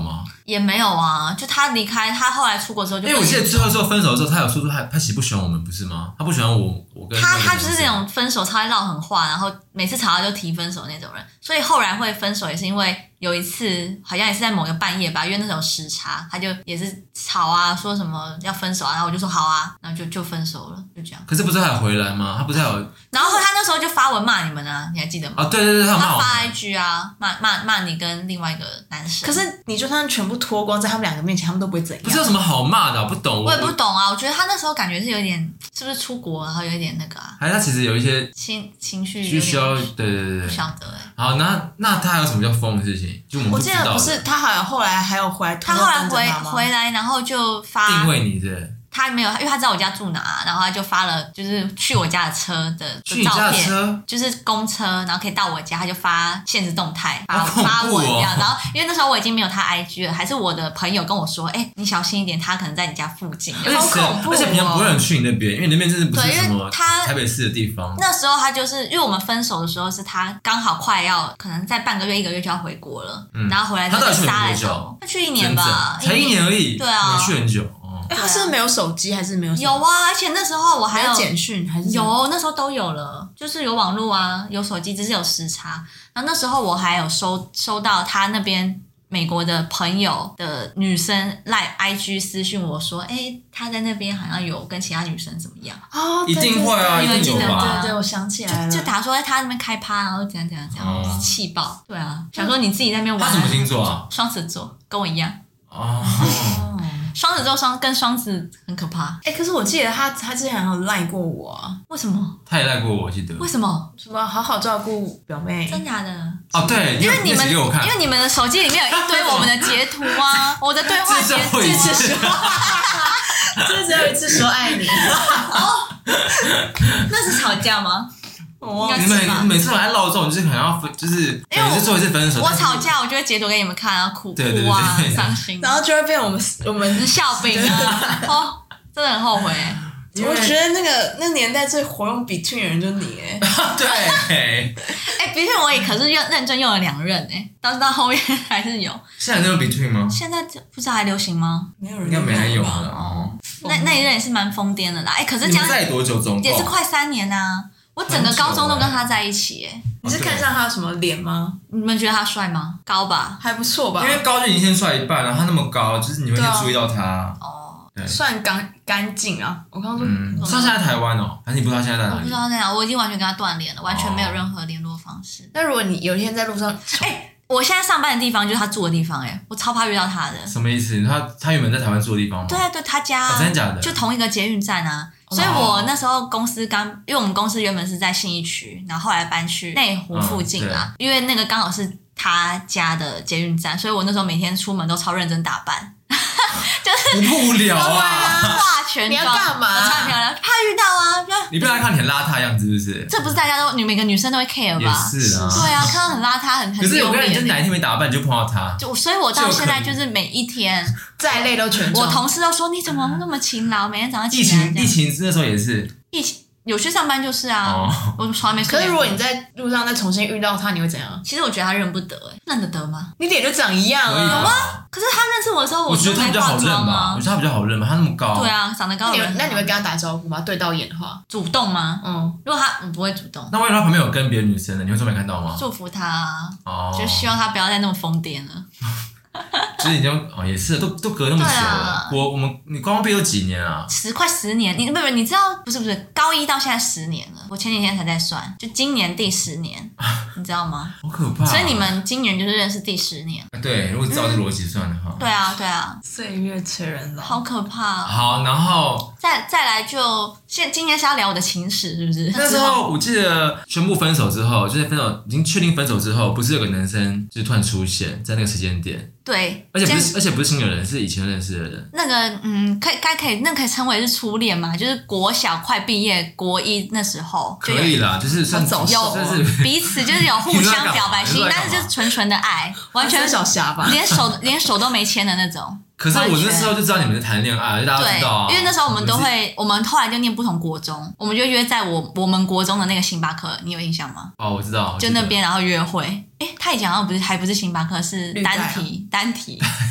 也没有啊，就他离开，他后来出国之后就， 因为我记得最后之后分手之后，他有说出他他其实不喜欢我们，不是吗？他不喜欢我，我跟他他就是那种分手超爱唠狠话，然后每次吵到就提分手那种人，所以后来会分手也是因为有一次好像也是在某个半夜吧，因为那时候时差，他就也是吵啊，说什么要分手啊，然后我就说好啊，然后就就分手了，就这样。 可是不是还有回来吗？他不是还有？ 然后他那时候就发文骂你们啊，你还记得吗？ 啊，对对对，他骂我们。 他发 I G 啊，骂骂骂你跟另外一个男生。 可是你就算全部脱光在他们两个面前，他们都不会怎样。 不是有什么好骂的、啊，不懂。 我也不懂啊，我觉得他那时候感觉是有点，是不是出国然后有一点那个啊？ 还是他其实有一些情情绪需需要，对对对对， 不晓得哎、欸。 好，那那他还有什么叫疯的事情？就我们我不知道的。 记得不是他好像后来还有回来， 他后来回他回来，然后就发定位你的。 他没有，因为他知道我家住哪，然后他就发了，就是去我家的车的去你家的车， 就是公车，然后可以到我家，他就发限时动态，发、 哦、 发文这样。然后因为那时候我已经没有他 I G 了，还是我的朋友跟我说，哎、欸，你小心一点，他可能在你家附近。 而且好恐怖、哦！ 而且平常不会有人去你那边，因为你那边真的不是什么他台北市的地方。 那时候他就是因为我们分手的时候是他刚好快要可能在半个月一个月就要回国了，嗯、然后回来他到底去杀来久？ 他去一年吧， 才一年而已。 对啊， 没去很久。 哎、他是不是没有手机还是没有？ 有啊，而且那时候我还有简讯还是有，那时候都有了，就是有网络啊，有手机，只是有时差。然后那时候我还有收收到他那边美国的朋友的女生赖 I G 私讯我说，哎、欸，他在那边好像有跟其他女生怎么样？ 哦， 一定会啊， 一定有吧？ 对对，我想起来了， 就就打说在他那边开趴，然后怎样怎样怎样，气、哦、爆。对啊，想说你自己在那边玩。 他什么星座啊？ 双子座，跟我一样。 哦。 双子座双跟双子很可怕。 哎、欸，可是我记得他他之前还有赖过我啊。 为什么？ 他也赖过我，我记得。 为什么？ 什么好好照顾表妹？ 真假的？ 哦，对， 因为你们给我看， 因为你们的手机里面有一堆我们的截图啊，我的对话截图。 这次说，这只有一次说爱你。 哦，那是吵架吗？ 你们每次来唠这种，就是可能要分，就是每次做一次分手。 我吵架，我就会截图给你们看，然后哭哭啊，伤心， 然后就会变我们我们笑柄啊，哦，真的很后悔。 我觉得那个那年代最活用 Between 的人就是你哎。 对。 哎 ，Between 我也可是用认真用了两任哎，到到后面还是有。 现在那种 Between 吗？ 现在不知道还流行吗？ 没有人， 应该没人用了哦。 那那一任也是蛮疯癫的啦，哎，可是这样在多久总共？ 也是快三年啊。我整个高中都跟他在一起耶。 你是看上他什么脸吗？ 你们觉得他帅吗？高吧， 还不错吧。 因为高就已经先帅一半了，他那么高，就是你会先注意到他。 哦， 算干干净啊。我刚刚说， 嗯，他现在在台湾哦，还是你不知道他现在在哪里？ 我不知道在哪，我已经完全跟他断联了，完全没有任何联络方式。 那如果你有一天在路上， 哎。我现在上班的地方就是他住的地方，哎，我超怕遇到他的。 什么意思？他他原本在台湾住的地方吗？ 对对，他家、 哦、真的假的？ 就同一个捷运站啊。哦、所以我那时候公司刚，因为我们公司原本是在信义区，然后后来搬去内湖附近啦、哦。因为那个刚好是他家的捷运站，所以我那时候每天出门都超认真打扮，就是不无聊啊， 化全妆， 你要干嘛？ 穿漂亮，怕遇到啊。 你不要看你很邋遢样子，是不是？ 这不是大家都，你每个女生都会 care 吧？ 也是啊。 对啊，看到很邋遢，很很。 可是我跟你，就哪一天没打扮，你就碰到他。 就所以，我到现在就是每一天再累都全妆。 我同事都说你怎么那么勤劳，每天早上起来。 疫情疫情那时候也是。 疫情有去上班就是啊， 哦、 我从来没。 可是如果你在路上再重新遇到他，你会怎样？ 其实我觉得他认不得，哎，认得得吗？ 你脸就长一样啊， 有吗？可是他认识我的时候， 我觉得他比较好认吧，我觉得他比较好认吧，他那么高。 对啊，长得高。 那你那你会跟他打招呼吗？对到眼的话， 主动吗？嗯，如果他我不会主动。 那万一他旁边有跟别的女生呢？你会说没看到吗？ 祝福他啊， 哦， 就希望他不要再那么疯癫了。 就是已经哦，也是都都隔那么久了，我我们你光光毕业都几年啊？ 十快十年，你不不你知道不是不是高一到现在十年了，我前几天才在算，就今年第十年，你知道吗？ 好可怕、啊！ 所以你们今年就是认识第十年。 对，如果照这逻辑算的话、嗯。 对啊对啊， 岁月催人老， 好可怕、哦。 好，然后再再来就现今天是要聊我的情史是不是？ 那时候我记得宣布分手之后，就是分手已经确定分手之后，不是有个男生就是突然出现在那个时间点。 对， 而且不是，而且不是新的人，是以前认识的人。 那个，嗯，可以，该可以，那可以称为是初恋嘛？就是国小快毕业，国一那时候可以啦，就是算走有彼此就是有互相表白心，但是就是纯纯的爱，完全小瞎吧， 连手连手都没牵的那种。 可是我那时候就知道你们在谈恋爱，大家知道啊。 对，因为那时候我们都会，我们后来就念不同国中，我们就约在我我们国中的那个星巴克，你有印象吗？ 哦，我知道， 就那边然后约会。哎，他以前好像不是还不是星巴克，是单体单体单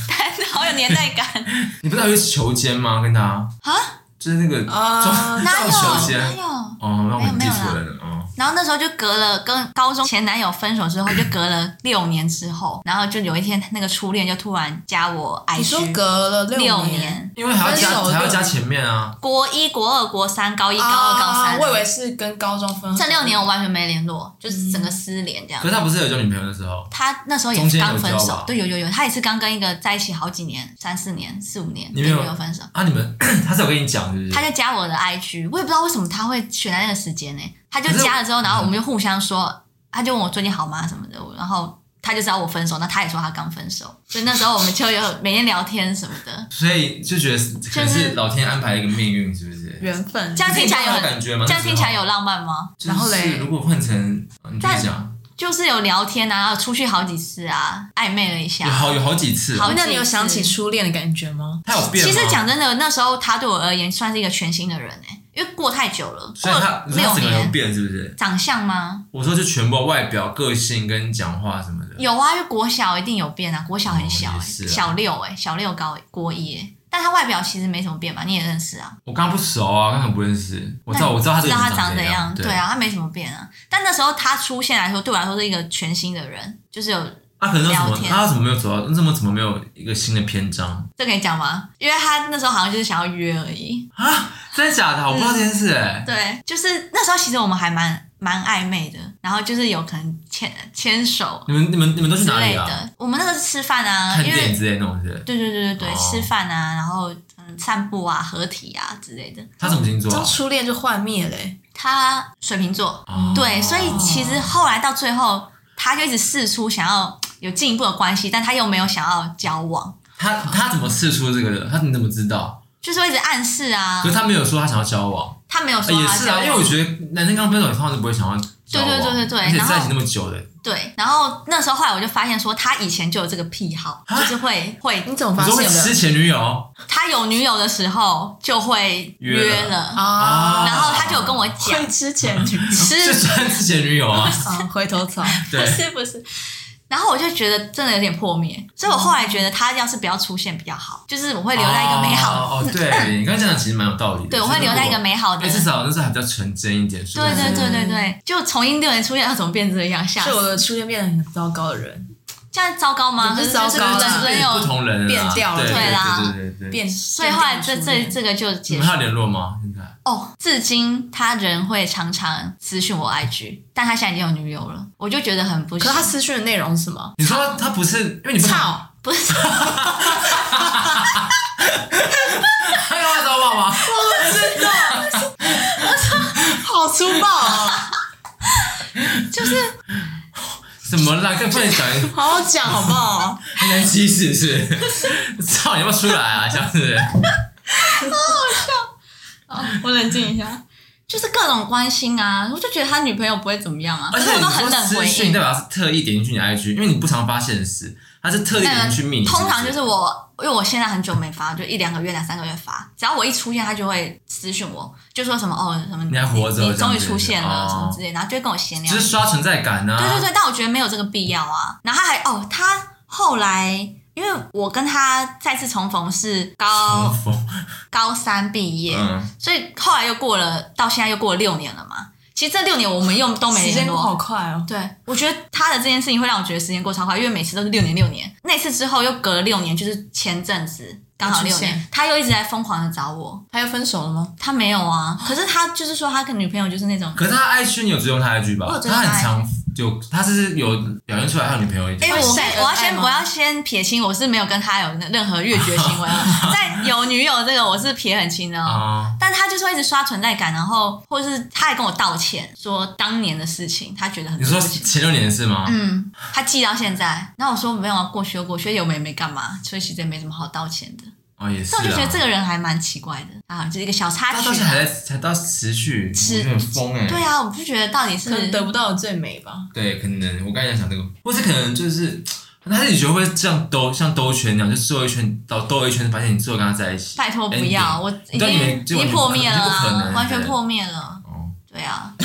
好有年代感。 你不知道有球监吗？跟他啊， 就是那个啊， 哪有球监， 哪有？ 哦，那我记没有没有错了呢。哦， 然后那时候就隔了跟高中前男友分手之后，就隔了六年之后，然后就有一天那个初恋就突然加我 I G， 你说隔了六六年， 因为还要加分手还要加前面啊。 国一、国二、国三、高一、高二、高三， 啊我以为是跟高中分手。 这六年我完全没联络，就是整个失联这样。 可是他不是有交女朋友的时候？ 他那时候也中间有刚分手交吧， 对，有有有，他也是刚跟一个在一起好几年，三四年、四五年， 你没有没有分手。 啊？你们他是有跟你讲是不是？ 他就加我的 I G， 我也不知道为什么他会选在那个时间呢、他就加了之后，然后我们就互相说，他就问我最近好吗什么的，然后他就知道我分手，那他也说他刚分手，所以那时候我们就有每天聊天什么的。 所以就觉得可能是老天安排一个命运，是不是？ 缘分。 这样听起来有感觉吗？ 这样听起来有浪漫吗？ 然后嘞， 如果换成你继续讲， 就是有聊天啊，然后出去好几次啊，暧昧了一下， 有好有好几次。 好， 那你有想起初恋的感觉吗？ 他有变吗？ 其实讲真的，那时候他对我而言算是一个全新的人哎、欸，因为过太久了， 所以他过六他整个人有年。 变是不是？ 长相吗？ 我说就全部外表、个性跟讲话什么的。 有啊，因为国小一定有变啊，国小很小哎、 哦也是啊小六哎、小六高国一哎、但他外表其实没什么变吧？你也认识啊？ 我刚刚不熟啊，刚刚不认识。我知道，我知道他这个人知道他长怎怎样？ 对对啊，他没什么变啊。但那时候他出现来说，对我来说是一个全新的人，就是有他可能怎么聊天他怎么没有走到？那怎么怎么没有一个新的篇章这可以讲吗？因为他那时候好像就是想要约而已。 啊？真的假的？我不知道这件事哎、 对，就是那时候其实我们还蛮蛮暧昧的，然后就是有可能牵牵手你们你们你们都去之哪里啊？ 类的。我们那个是吃饭啊， 看因为电影之类的那种是不是？ 对对对对对， 哦吃饭啊，然后嗯散步啊、合体啊之类的。 他什么星座这啊？ 初恋就幻灭嘞。 他水瓶座， 哦对，所以其实后来到最后，他就一直试出想要有进一步的关系，但他又没有想要交往， 他他怎么试出这个的？他你怎么知道？ 就是会一直暗示啊可。是他没有说他想要交往。 他没有说欸也是啊， 他交往因为我觉得男生刚分手，通常都不会想要交往， 对对对对对然后而且在一起那么久的， 对，然后那时候后来我就发现说，他以前就有这个癖好，就是会会你怎么发你说会现的？ 吃前女友他有女友的时候就会约约了， 啊， 然后他就有跟我讲会之前女吃是喜欢吃前女友啊？ 啊，回头草。 不对， 是不是。然后我就觉得真的有点破灭，所以我后来觉得他要是不要出现比较好，就是我会留在一个美好的， 哦哦，对你刚才讲的其实蛮有道理的。 对我会留在一个美好的， 哎，至少那时候还比较纯真一点。 对对对对对，就从因六年出现，他怎么变这样？吓死！ 是我的初恋变得很糟糕的人， 这样糟糕吗？ 也不是可糟糕啦就是人人不有， 同人了啦变掉了对对啦对对对对。 变。 所以后来这这这个就你结束们还有联络吗？现在？ 哦。至今他人会常常私讯我 I G， 但他现在已经有女友了，我就觉得很不行。 可是他私讯的内容是什么？ 你说他不是因为你不操， 不是， 他有要找我吗？ 好粗暴哦！ 就是怎么啦？更不能讲， 好好讲好不好？ 很难欺死是不是？操，你要不要出来啊？像是哦，我冷静一下，就是各种关心啊，我就觉得他女朋友不会怎么样啊，可是我都而且你说很冷回应私讯代。表他是特意点进去你 I G，因为你不常发现实，他是特地点进去密你。 通常就是我，因为我现在很久没发，就一两个月、两三个月发，只要我一出现，他就会私讯我，就说什么哦什么你还活着你你终于这样子出现了、 哦什么之类的，然后就会跟我闲聊。 就是刷存在感啊。 对对对，但我觉得没有这个必要啊。然后他还哦，他后来因为我跟他再次重逢是高重逢高三毕业， 嗯所以后来又过了，到现在又过了六年了嘛。其实这六年我们又都没联时间过好络。 快哦。 对，我觉得他的这件事情会让我觉得时间过超快，因为每次都是六年六年。那次之后又隔了六年，就是前阵子刚好六又出年现， 他又一直在疯狂的找我。 他又分手了吗？ 他没有啊，可是他就是说他跟女朋友就是那种， 可是他 I G 你有追踪他 I G 吧我有？追踪他他很常有，他是有表现出来他有女朋友一哎、 点。 我会晒我要恩爱吗先我要先撇清，我是没有跟他有任何越矩行为啊，在有女友这个我是撇很清的哦。 啊， 但他就是会一直刷存在感，然后或者是他还跟我道歉，说当年的事情他觉得很你说对不起。 前六年的事吗？ 嗯，他记到现在，然后我说没有啊，过去就过去，又没没干嘛，所以其实也没什么好道歉的。 哦，也是啊。 但我就觉得这个人还蛮奇怪的啊，就是一个小插曲他到现在还在才到持续， 持有点疯哎。 对啊，我就觉得到底是可能得不到的最美吧。 对，可能我刚才在想这个，或是可能就是，还是你觉得会这样兜像兜圈那样，就兜一圈到兜一圈，发现你最后跟他在一起。 拜托不要，我已你到你经已们就经破灭了就不可啊， 能完全对破灭了。 哦， 对啊，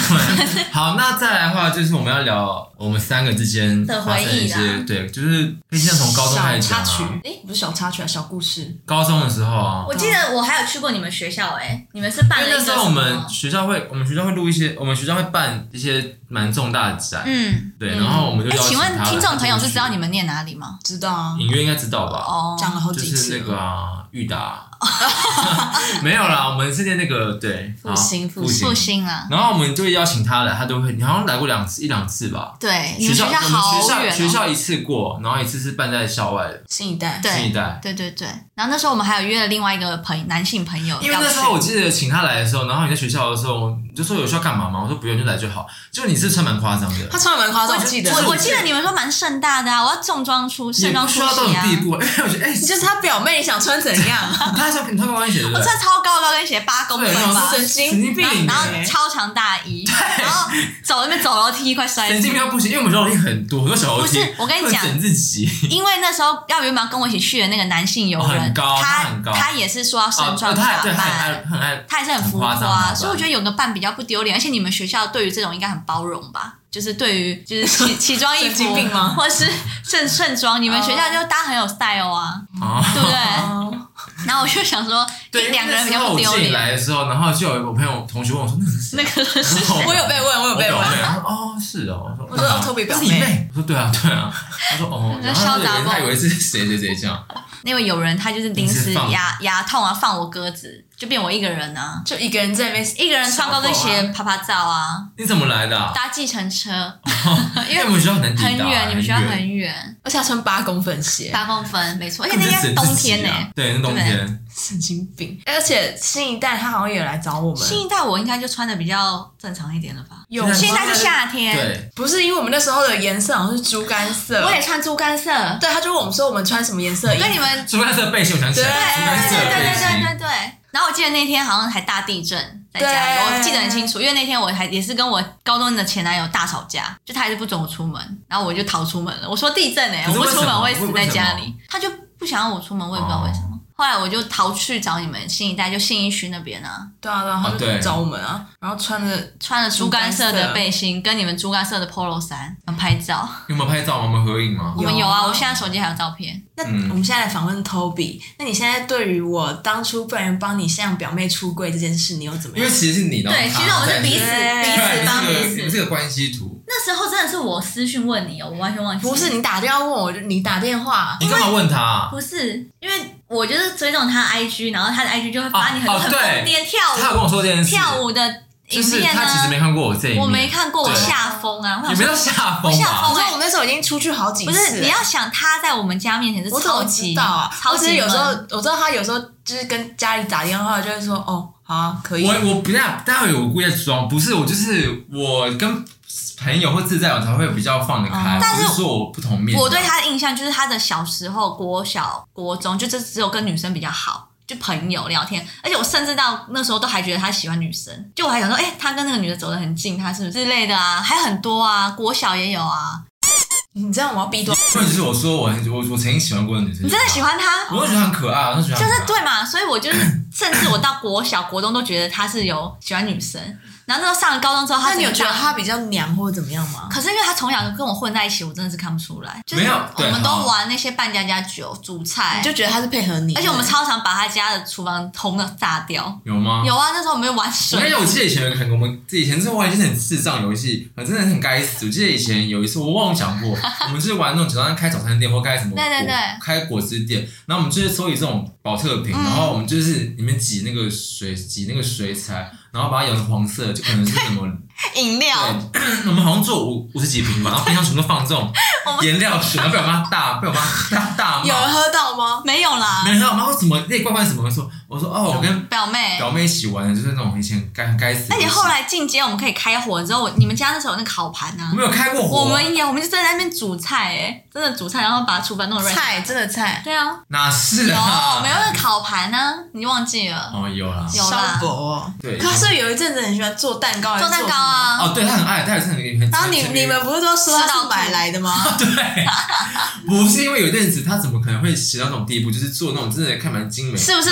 好，那再来的话，就是我们要聊我们三个之间的发生一些回忆啦， 对，就是可以先从高中开始讲小插曲啊。， 哎，不是小插曲啊，小故事。 高中的时候啊， 我记得我还有去过你们学校哎、欸，你们是办了一个因为那时候我什么们学校会，我们学校会录一些，我们学校会办一些蛮重大的展， 嗯， 对， 嗯然后我们就哎、 邀请请问他来听众朋友他就是知道你们念哪里吗？ 知道啊， 隐约应该知道吧？ 哦， 讲了好就几次了。 是那个啊，裕达，没有啦，我们是念那个对， 复兴好复兴复兴啊， 然后我们就会邀请他来，他都会，你好像来过两次一两次吧？ 对，你们学校学校好我们学校远、哦， 学校一次过，然后一次是办在校外的新一代， 对新一代。 对对对，然后那时候我们还有约了另外一个朋男性朋友， 因为那时候我记得请他来的时候，然后你在学校的时候，你就说有需要干嘛吗？我说不用，就来就好。结果你是穿蛮夸张的， 他穿的蛮夸张，我记得。 我我记得你们说蛮盛大的啊，我要重装出盛也装出不需要到席啊， 这种地步。哎，我觉得哎， 你就是他表妹，你想穿怎样？ 他说他高跟鞋对不对？ 我穿超高高跟鞋八公分对，那吧种， 神经神经病然后欸， 超长大衣，然后走那边走楼梯快摔死神经病到不行，因为我们楼梯很多，很多小楼梯。 不是我跟你讲会整自己。 因为那时候要原本要跟我一起去的那个男性友哦人， 很高他他很高他也是说要盛哦， 装打他对，他很扮， 爱，很爱， 他也是很浮很夸张打扮所以我觉得有个伴比较不丢脸，而且你们学校对于这种应该很包容吧？就是对于就是奇奇装异神服经病吗或者是盛盛装，你们学校就大家很有 style 啊， 哦对不对？ 哦然后我就想说， 对， 两个人比较不丢那时候我进脸。 来的时候，然后就有我朋友同学问我说：“那是谁？” 那个人是然后我有被问，我有被问。 我表妹，他说哦是哦，我我说哦啊 Toby 表妹是你妹，我说对啊对啊，他说哦， 那然后他就以为嚣张不他以为是谁谁谁这样， 那位友人，他就是临时临时放牙牙痛啊，放我鸽子，就变我一个人啊， 就一个人在那边， 一个人穿高跟鞋拍拍照啊， 你怎么来的啊？ 搭计程车， 因为我们学校很难抵达， 很远，你们学校远， 很远， 而且他穿八公分鞋， 八公分，没错，而且根那天本就整自己冬天呢、 啊对，是冬天， 神经病。而且新一代他好像也有来找我们， 新一代我应该就穿的比较正常一点了吧？ 有新一代是夏天， 对， 不是因为我们那时候的颜色好像是猪肝色， 我也穿猪肝色， 对，他就问我们说我们穿什么颜色衣服， 跟你们猪肝色背心，我想起来， 对猪肝色对对对对背心， 对对。然后我记得那天好像还大地震在家里， 对我记得很清楚，因为那天我还也是跟我高中的前男友大吵架，就他还是不准我出门，然后我就逃出门了。我说地震哎、 可是我不出门我会为什么死在家里，他就不想让我出门，我也不知道为什么。 哦后来我就逃去找你们新一代，就信义区那边啊， 对啊对啊，他哦对就找我们啊，然后穿的穿了猪肝色的背心，跟你们猪肝色的 polo 衫，然后拍照。 有没有拍照吗？我们合影吗？ 我们有啊， 有啊我现在手机还有照片。 那嗯我们现在来访问 Toby，那你现在对于我当初不然帮你向表妹出柜这件事，你又怎么样因为？其实是你，然后对， 他其实我们是在彼此对彼此帮彼对你是个你此。 是个关系图， 那时候真的是我私讯问你哦，我完全忘记了。 不是你打电话问我，就你打电话， 你干嘛问他啊？ 不是，因为我就是追踪他的 I G，然后他的 I G 就会发你很很哦哦对疯癫跳他有跟我舞说这件事， 跳舞的就是影片他其实没呢。 看过我这一面， 我没看过，我对吓疯啊！我也没到想说， 下风我下吧风？ 可是我那时候已经出去好几不次了， 是你要想他在我们家面前是我怎么超级知道啊？ 超级我只是有时候闷我知道他有时候就是跟家里打电话，就会说哦好啊可以， 我我不要，待会我故意在装，不是我就是我跟朋友或自在我才会比较放得开， 哦但是不是说我不同面。 我对他的印象就是他的小时候国小、国中，就这只有跟女生比较好，就朋友聊天，而且我甚至到那时候都还觉得他喜欢女生，就我还想说，哎、他跟那个女的走得很近，他是不是之类的啊？还有很多啊，国小也有啊。 你这样我要逼多， 或者是我说我很我我曾经喜欢过的女生， 你真的喜欢他？ 我就觉得很可爱，我就觉得就很可爱是对嘛，所以我就是，甚至我到国小、国中都觉得他是有喜欢女生，然后那时候上了高中之后，他那你有觉得整个大他比较娘或者怎么样吗？ 可是因为他从小跟我混在一起，我真的是看不出来。就是没有我们都对好玩那些扮家家酒、煮菜你，就觉得他是配合你， 而且我们超常把他家的厨房轰的炸掉。 有吗？ 有啊，那时候我们有玩我水。 跟你讲，我记得以前有很我们以前是玩一些很智障游戏，真的很该死。我记得以前有一次我忘了讲过，我们就是玩那种早上开早餐店或开什么对对对果开果汁店，然后我们就是收集这种保特瓶， 嗯然后我们就是里面挤那个水挤那个水彩，然后把它摇成黄色，就可能是什么饮料， 对，我们好像做五五十几瓶吧，然后冰箱全都放这种颜料水，然后被我妈大被我妈大大骂。 有人喝到吗？ 没有啦， 没有，我妈说什么那罐罐什么？我说我说哦，我跟表妹。 表妹一起玩的，就是那种以前该该死的游戏。 而且后来进阶，我们可以开火之后，我你们家那时候有那个烤盘啊我，没有开过火， 我们也，我们就真的在那边煮菜，哎，真的煮菜，然后把厨房弄得 ready。 菜真的菜， 对啊， 哪是有， 啊？ 我们有那个烤盘呢，你忘记了？ 哦，有啦， 有啦烧薄哦。 对。 可是是不是有一阵子很喜欢做蛋糕，还是做蛋糕什么。 啊， 哦，对他很爱，他也是很很。 然后你你们不是都说他是买来的吗？ 对，不是因为有一阵子他怎么可能会写到那种地步，就是做那种真的看蛮精美的， 是不是真的还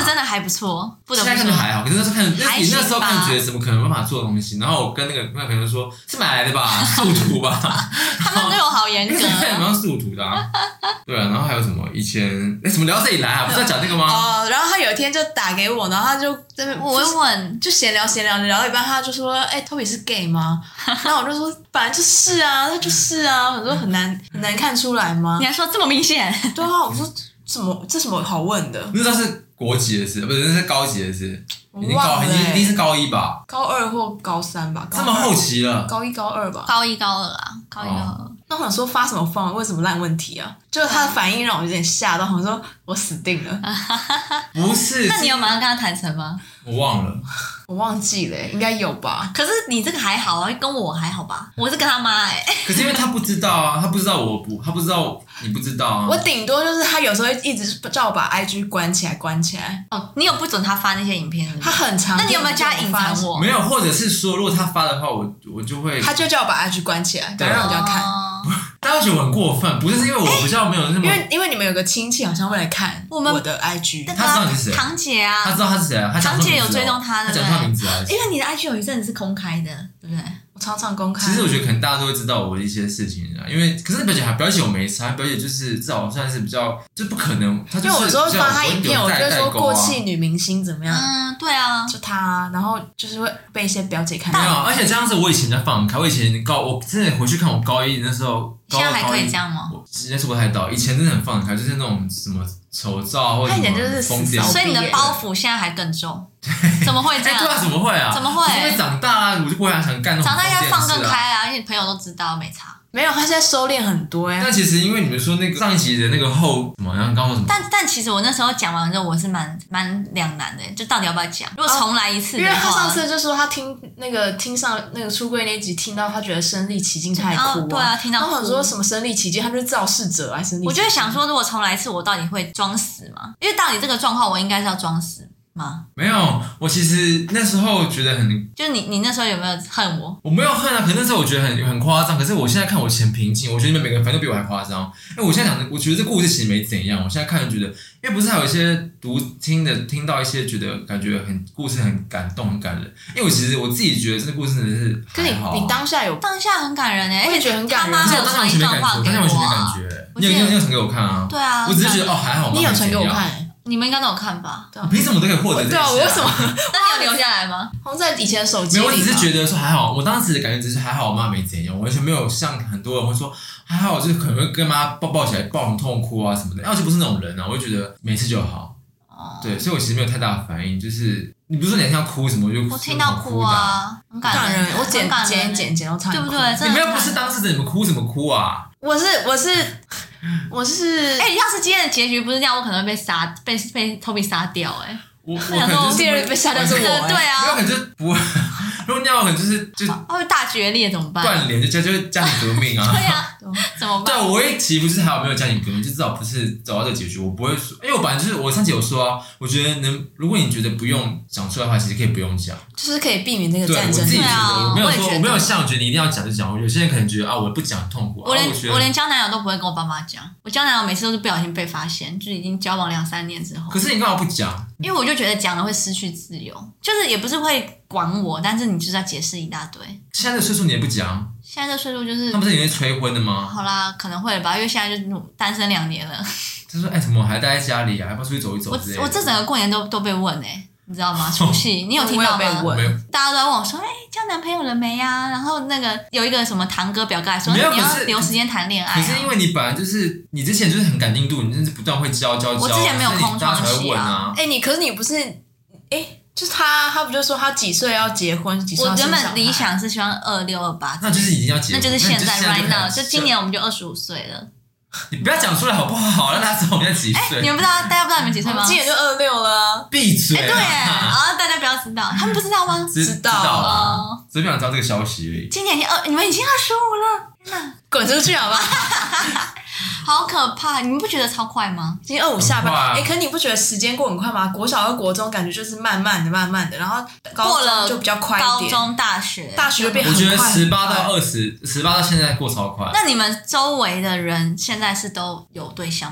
不错，不得不现在看就说。 还好，可是那时候看，那你还行吧那时候看觉得怎么可能有办法做的东西？然后我跟那个那个朋友说，是买来的吧，速图吧。 他们对我好严格。 蛮像速图的啊。对啊，然后还有什么？以前哎，怎么聊到这里来啊？不是在讲那个吗？ 哦，然后他有一天就打给我，然后他就在那边我会问， 就闲聊闲聊聊到一半，他就说：“哎、欸、，Toby 是 gay 吗？”然后我就说：“本来就是啊，他就是啊。”我说很难很难看出来吗你？还说这么明显？ 对啊，我说什么这什么好问的？ 那时候是国籍的事，不是那是高级的事，已经高我忘了、欸， 已经一定是高一吧？ 高二或高三吧？高二这么后期了， 高一高二吧？ 高一高二啊，高一高二。 那我想说发什么疯？问什么烂问题啊？就是他的反应让我有点吓到，我说我死定了。 不是？ 那你有马上跟他坦诚吗？ 我忘了。 我忘记了、欸，应该有吧？ 可是你这个还好啊，跟我还好吧？我是跟他妈哎、欸。 可是因为他不知道啊，他不知道我不，他不知道你不知道啊。 我顶多就是他有时候会一直叫我把 I G 关起来，关起来。 哦，你有不准他发那些影片是不是？ 他很常， 那你有没有加隐藏我？ 没有，或者是说，如果他发的话，我我就会， 他就叫我把 I G 关起来，不要让人家看。 哦大家觉得我很过分，不是是因为我比较没有那么， 因为因为你们有个亲戚好像会来看我们我的 I G， 那他知道你是谁堂姐啊， 他知道他是谁啊，他讲堂姐有出名字哦追踪他的， 他讲出他名字啊。 因为你的 I G 有一阵子是公开的，对不对？ 我常常公开。 其实我觉得可能大家都会知道我的一些事情啊，因为可是表姐还表姐我没差，表姐就是至少算是比较，就不可能，她就是因为我有时候发他影片，我就会说过气。 气女明星怎么样， 嗯，对啊， 就他，然后就是会被一些表姐看到。 没有，而且这样子我以前在放开，我以前高，我真的回去看我高一那时候，高现在还可以高一这样吗？ 我时间是不太到，以前真的很放得开，就是那种什么丑照或者什么他以前就是疯掉， 死所以你的包袱现在还更重，怎么会这哎， 样？ 对啊，怎么会啊？ 怎么会因为长大啊，我就不会想干那种长大应该放疯癫的事啊。 更开啊，因为朋友都知道，没差。 没有，他现在收敛很多呀。 但其实因为你们说那个上一集的那个后什么，然后刚刚说什么？ 但但其实我那时候讲完之后，我是蛮蛮两难的，就到底要不要讲？如果重来一次的话， 因为他上次就说他听那个听上那个出柜那集，听到他觉得身临其境，他还哭、 哦对啊听到哭然后我说什么身临其境，他就是肇事者啊，身临其境。 我就会想说，如果重来一次，我到底会装死吗？因为到底这个状况，我应该是要装死吗？ 没有，我其实那时候觉得很， 就是你你那时候有没有恨我？ 我没有恨啊，可是那时候我觉得很很夸张。可是我现在看我前平静，我觉得你们每个人反正都比我还夸张。因为我现在讲的，我觉得这故事其实没怎样。我现在看就觉得，因为不是还有一些读听的听到一些觉得感觉很故事很感动很感人。因为我其实我自己觉得这个故事真的是可你还好、啊。 你当下有当下很感人哎、欸， 我也觉得很感人他妈还有可是我当下完传一全没感觉， 段话给当下完全没我、啊。 感觉。 我记得你有你有你有传给我看啊？ 对啊， 我只是觉得哦还好， 你有传给我没怎样。 看、 你们应该都有看吧？ 对啊凭什么都可以获得这些、 对啊，我为什么？ 那你有留下来吗？ 好像在以前的手机里吧。 没有，我只是觉得说还好，我当时的感觉只是还好，我妈没怎样，我完全没有像很多人会说还好，就是可能会跟妈抱抱起来抱很痛哭啊什么的，然后就不是那种人啊，我就觉得没事就好。 哦， 对，所以我其实没有太大的反应，就是你不是说你听到哭什么，我就我听到哭啊，很感感人，我很剪感人剪剪剪到差点哭对不对？真的你们又不很感人是当事者，你们哭什么哭啊？ 我是我是我是， 哎、要是今天的结局不是这样，我可能会被杀，被被 Toby 杀掉、欸。哎， 我我可想说能就是第二个被杀掉是我、 对欸， 对没有啊可，能就不会，如果那样我可能就是就他会大决裂怎么办？ 断联，就家就是家庭革命啊。 对啊，怎么对， 办？ 我会其实不是还好没有家庭革命，就至少不是走到这个结局。我不会说，因为我本来就是我上集有说啊，我觉得能，如果你觉得不用讲出来的话，其实可以不用讲。 就是可以避免那个对， 战争。 我自己觉得， 对啊我没有说， 我也觉得我没有像我觉得你一定要讲就讲。有些人可能觉得啊，我不讲很痛苦。 我连、 啊、我觉得我连交男友都不会跟我爸妈讲，我交男友每次都是不小心被发现，就已经交往两三年之后。 可是你干嘛不讲？ 因为我就觉得讲了会失去自由，就是也不是会管我，但是你就是要解释一大堆。 现在的岁数你也不讲， 现在这岁数就是他不是已经催婚的吗？ 好啦，可能会了吧，因为现在就单身两年了。 他说：“哎、什么还待在家里啊？要不要出去走一走我之类的？” 我这整个过年都都被问哎、欸，你知道吗？除夕你有听到吗？ 我有被问没有， 大家都在问我说：“哎、交男朋友了没呀、啊？”然后那个有一个什么堂哥表哥还说：“ 没有你要可是留时间谈恋爱、啊。” 可是因为你本来就是你之前就是很赶进度，你就是不断会教教教， 我之前没有空窗期啊所以你大家才会问啊。 哎、你可是你不是哎、就是他他不就说他几岁要结婚，几岁我要生小孩原本理想是希望二六二八， 那就是已经要结婚， 那就是现在那你就 right 就 now， 开始就今年我们就二十五岁了。 你不要讲出来好不好？让大家知道我们在几哎、 岁。 你们不知道，大家不知道你们几岁吗？ 我今年就二六了啊。 闭嘴、 哎、对耶，啊，大家不要知道，他们不知道吗？ 知知道知道啊哦， 只是不想知道这个消息而已。 今年已经二，你们已经二十五了，天哪， 滚出去好不好？ 好可怕！你们不觉得超快吗？ 今天二五下班， 很快啊哎、可你不觉得时间过很快吗？国小和国中感觉就是慢慢的、慢慢的，然后高过了中就比较快一点。 高中、大学， 大学变我觉得很快十八很快到二十，十八到现在过超快。 那你们周围的人现在是都有对象吗？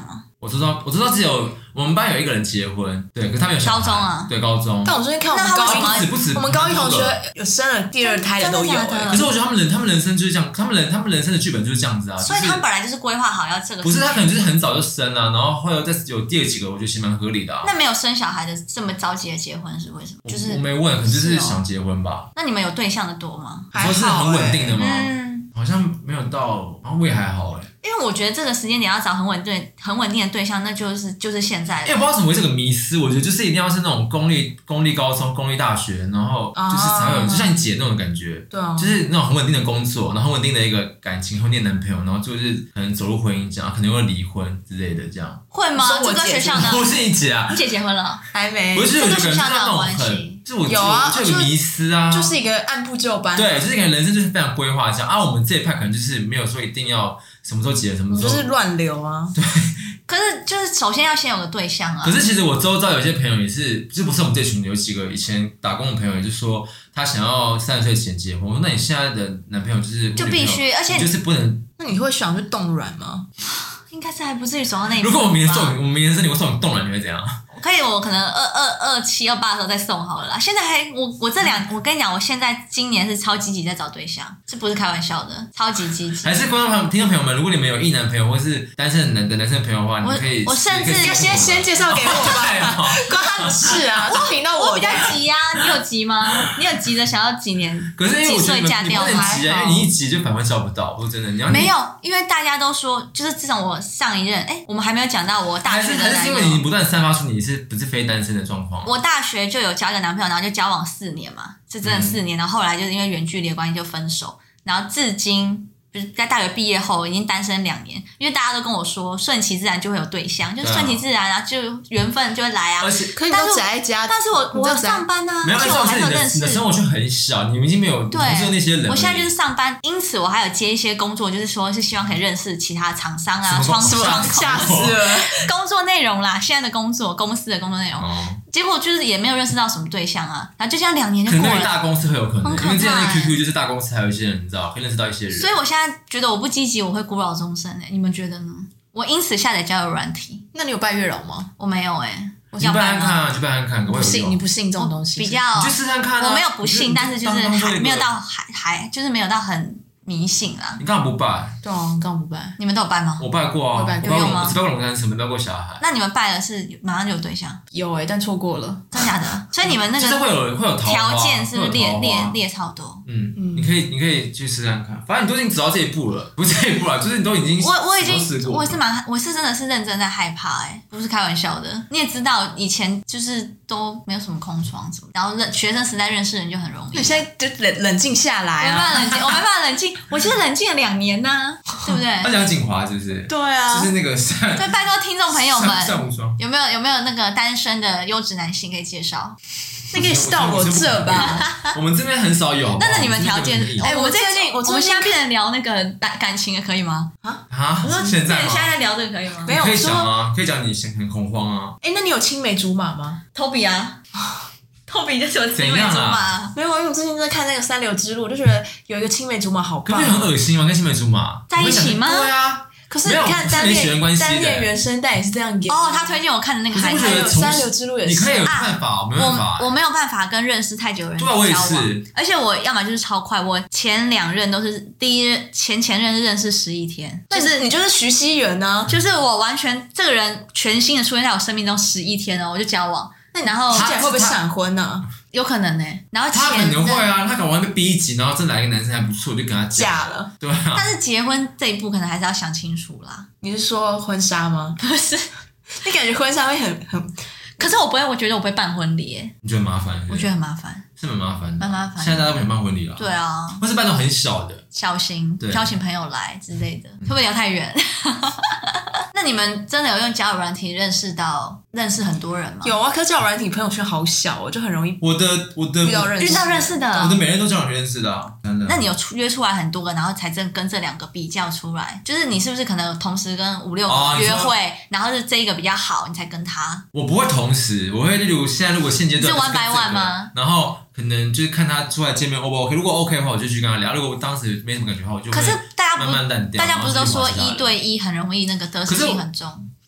我知道，我知道只有我们班有一个人结婚，对，可是他没有小孩。 高中啊， 对，高中。 但我最近看我们高一不止不止， 我们高一同学有生了第二胎的都有、欸。 可是我觉得他们人，他们人生就是这样，他们人他们人生的剧本就是这样子啊。 所以他们本来就是规划好要这个。 不是，他可能就是很早就生了、啊，然后后来再有第二几个，我觉得其实蛮合理的、啊。 那没有生小孩的这么着急的结婚是为什么？就是我没问，可能就是想结婚吧。 那你们有对象的多吗？ 你说是很稳定的吗？ 嗯， 好像没有到，好像我也还好哎、欸。 因为我觉得这个时间点要找很稳定、很稳定的对象，那就是就是现在的。 因为不知道什么会这个迷思，我觉得就是一定要是那种公立、公立高中、公立大学，然后就是才有，啊、就像你姐那种感觉， 对啊， 就是那种很稳定的工作，然后很稳定的一个感情，会念男朋友，然后就是可能走入婚姻这样，可能会离婚之类的这样。 会吗？这个学校呢？ 我是你姐啊， 你姐结婚了？ 还没。 不是， 这个学校那有关系。 就我有啊， 就有个迷思啊， 就是一个按部就班。 对，就是一个人生就是非常规划这样啊。我们这一派可能就是没有说一定要什么时候结，什么时候就是乱流啊。 对。 可是就是首先要先有个对象啊。 可是其实我周遭有些朋友也是，就不是我们这群有几个以前打工的朋友，也就说他想要三十岁前结婚。我说那你现在的男朋友就是就必须，而且就是不能。 那你会想去冻卵吗？ 应该是还不至于走到那一步。 如果我明天送你，我明天生你，我送你冻卵，你会怎样？ 可以，我可能二二二七二八的时候再送好了啦。现在还我我这两，我跟你讲，我现在今年是超积极在找对象，这不是开玩笑的，超级积极。 还是观众朋友、听众朋友们，如果你们有异男朋友或是单身的男的男生朋友的话，你可以， 我甚至先先介绍给我吧，关他的事啊！这频道我比较急啊，你有急吗？你有急着想要几年？ 可是因为我觉得你不能急啊，因为你一急就反而交不到。说真的，你要没有，因为大家都说，就是自从我上一任，哎，我们还没有讲到我大学的男友， 还是还是因为你不断散发出你是不是非单身的状况。 我大学就有交一个男朋友，然后就交往四年嘛，是真的四年，然后后来就是因为远距离的关系就分手，然后至今就是在大学毕业后已经单身两年，因为大家都跟我说顺其自然就会有对象，就顺其自然，然后就缘分就会来啊。 而且可以都宅在家， 但是我我要上班啊， 没有， 而且我还有认识。 你的生活圈很小，你们已经没有对那些人。 我现在就是上班，因此我还有接一些工作，就是说是希望可以认识其他厂商啊，窗窗口， 吓死了。 工作内容啦，现在的工作，公司的工作内容。哦，结果就是也没有认识到什么对象啊，然后就这样两年就过了。 可能大公司会有可能，因为之前那 Q Q 就是大公司还有一些人，你知道，可以认识到一些人。 所以我现在觉得我不积极，我会孤老终生哎、欸，你们觉得呢？我因此下载交友软体。 那你有拜月老吗？ 我没有哎、欸，我想拜看看，去拜看看， 不信你不信这种东西？ 比较， 你去试看看、啊。 我没有不信，但是就是还没有到还还就是没有到很。迷信啦！ 你干嘛不拜？ 对啊，你干嘛不拜？ 你们都有拜吗？ 我拜过啊， 我拜过，有吗？ 我只拜过龙山寺，没拜过小孩。 那你们拜的是马上就有对象？ 有哎、欸，但错过了， 真假的？所以你们那个就是会有会有条件是不是列列列超多？ 嗯嗯，你可以你可以去试看看，反正你都已经走到这一步了，不是这一步了，就是你都已经我我已经我是蛮我是真的是认真在害怕哎、欸，不是开玩笑的。你也知道以前就是都没有什么空窗什么，然后认学生时代认识人就很容易。 你现在就冷冷静下来啊！ 我没办法冷静，我没办法冷静，我其实冷静了两年呢、啊，对不对？ 那梁锦华是不是？ 对啊， 就是那个善。对，拜托听众朋友们， 善无双有没有有没有那个单身的优质男性可以介绍？ 那可以到我这吧。 我们这边很少有。 那那你们条件？哎，我最近我我们现在变成聊那个感感情的，可以吗？ 啊啊！现在现在聊这个可以吗？ 没有，可以讲啊，可以讲你很恐慌啊。 哎，那你有青梅竹马吗 ？Toby 啊。透比就是有青梅竹马、 啊，没有，因为我最近在看那个《三流之路》，我就觉得有一个青梅竹马好棒、啊。 可是很恶心吗？跟青梅竹马在一起吗？ 对啊。 可是你看单恋单恋原声带也是这样演。 哦，他推荐我看的那个还有《三流之路》也是。 你可以有办法，我没办法。 我我没有办法跟认识太久的人交往。 对，我也是。 而且我要么就是超快，我前两任都是第一前前任认识十一天， 就是你就是徐熙媛呢， 就是我完全这个人全新的出现在我生命中十一天哦，我就交往。那然后他会不会闪婚呢、啊？ 有可能呢、欸。然后他可能会啊，他可能会被逼急，然后真来一个男生还不错，就跟他嫁了。 对啊。 但是结婚这一步可能还是要想清楚啦。 你是说婚纱吗？ 不是， 你感觉婚纱会很很…… 可是我不会，我觉得我不会办婚礼、欸。 你觉得麻烦？ 我觉得很麻烦， 是蛮麻烦的， 蛮麻烦。 现在大家都不想办婚礼了。 对啊， 或是办那种很小的， 小型，邀请朋友来之类的，会不会聊太远？那你们真的有用交友软体认识到认识很多人吗？ 有啊，可是交友软体朋友圈好小，我就很容易我的我的遇到认识遇到认识的， 我的每人都交友认识的、啊，真的。 那你有出约出来很多个，然后才真跟这两个比较出来，就是你是不是可能同时跟五六个约会，哦、然后是这一个比较好，你才跟他？ 我不会同时，我会例如现在如果现阶段是 one by one 吗？ 然后可能就是看他出来见面 O 不 OK， 如果 OK 的话，我就去跟他聊；如果我当时没什么感觉的话，我就可是大家不慢慢淡掉。 大家不是都说一对一很容易那个得失心很重？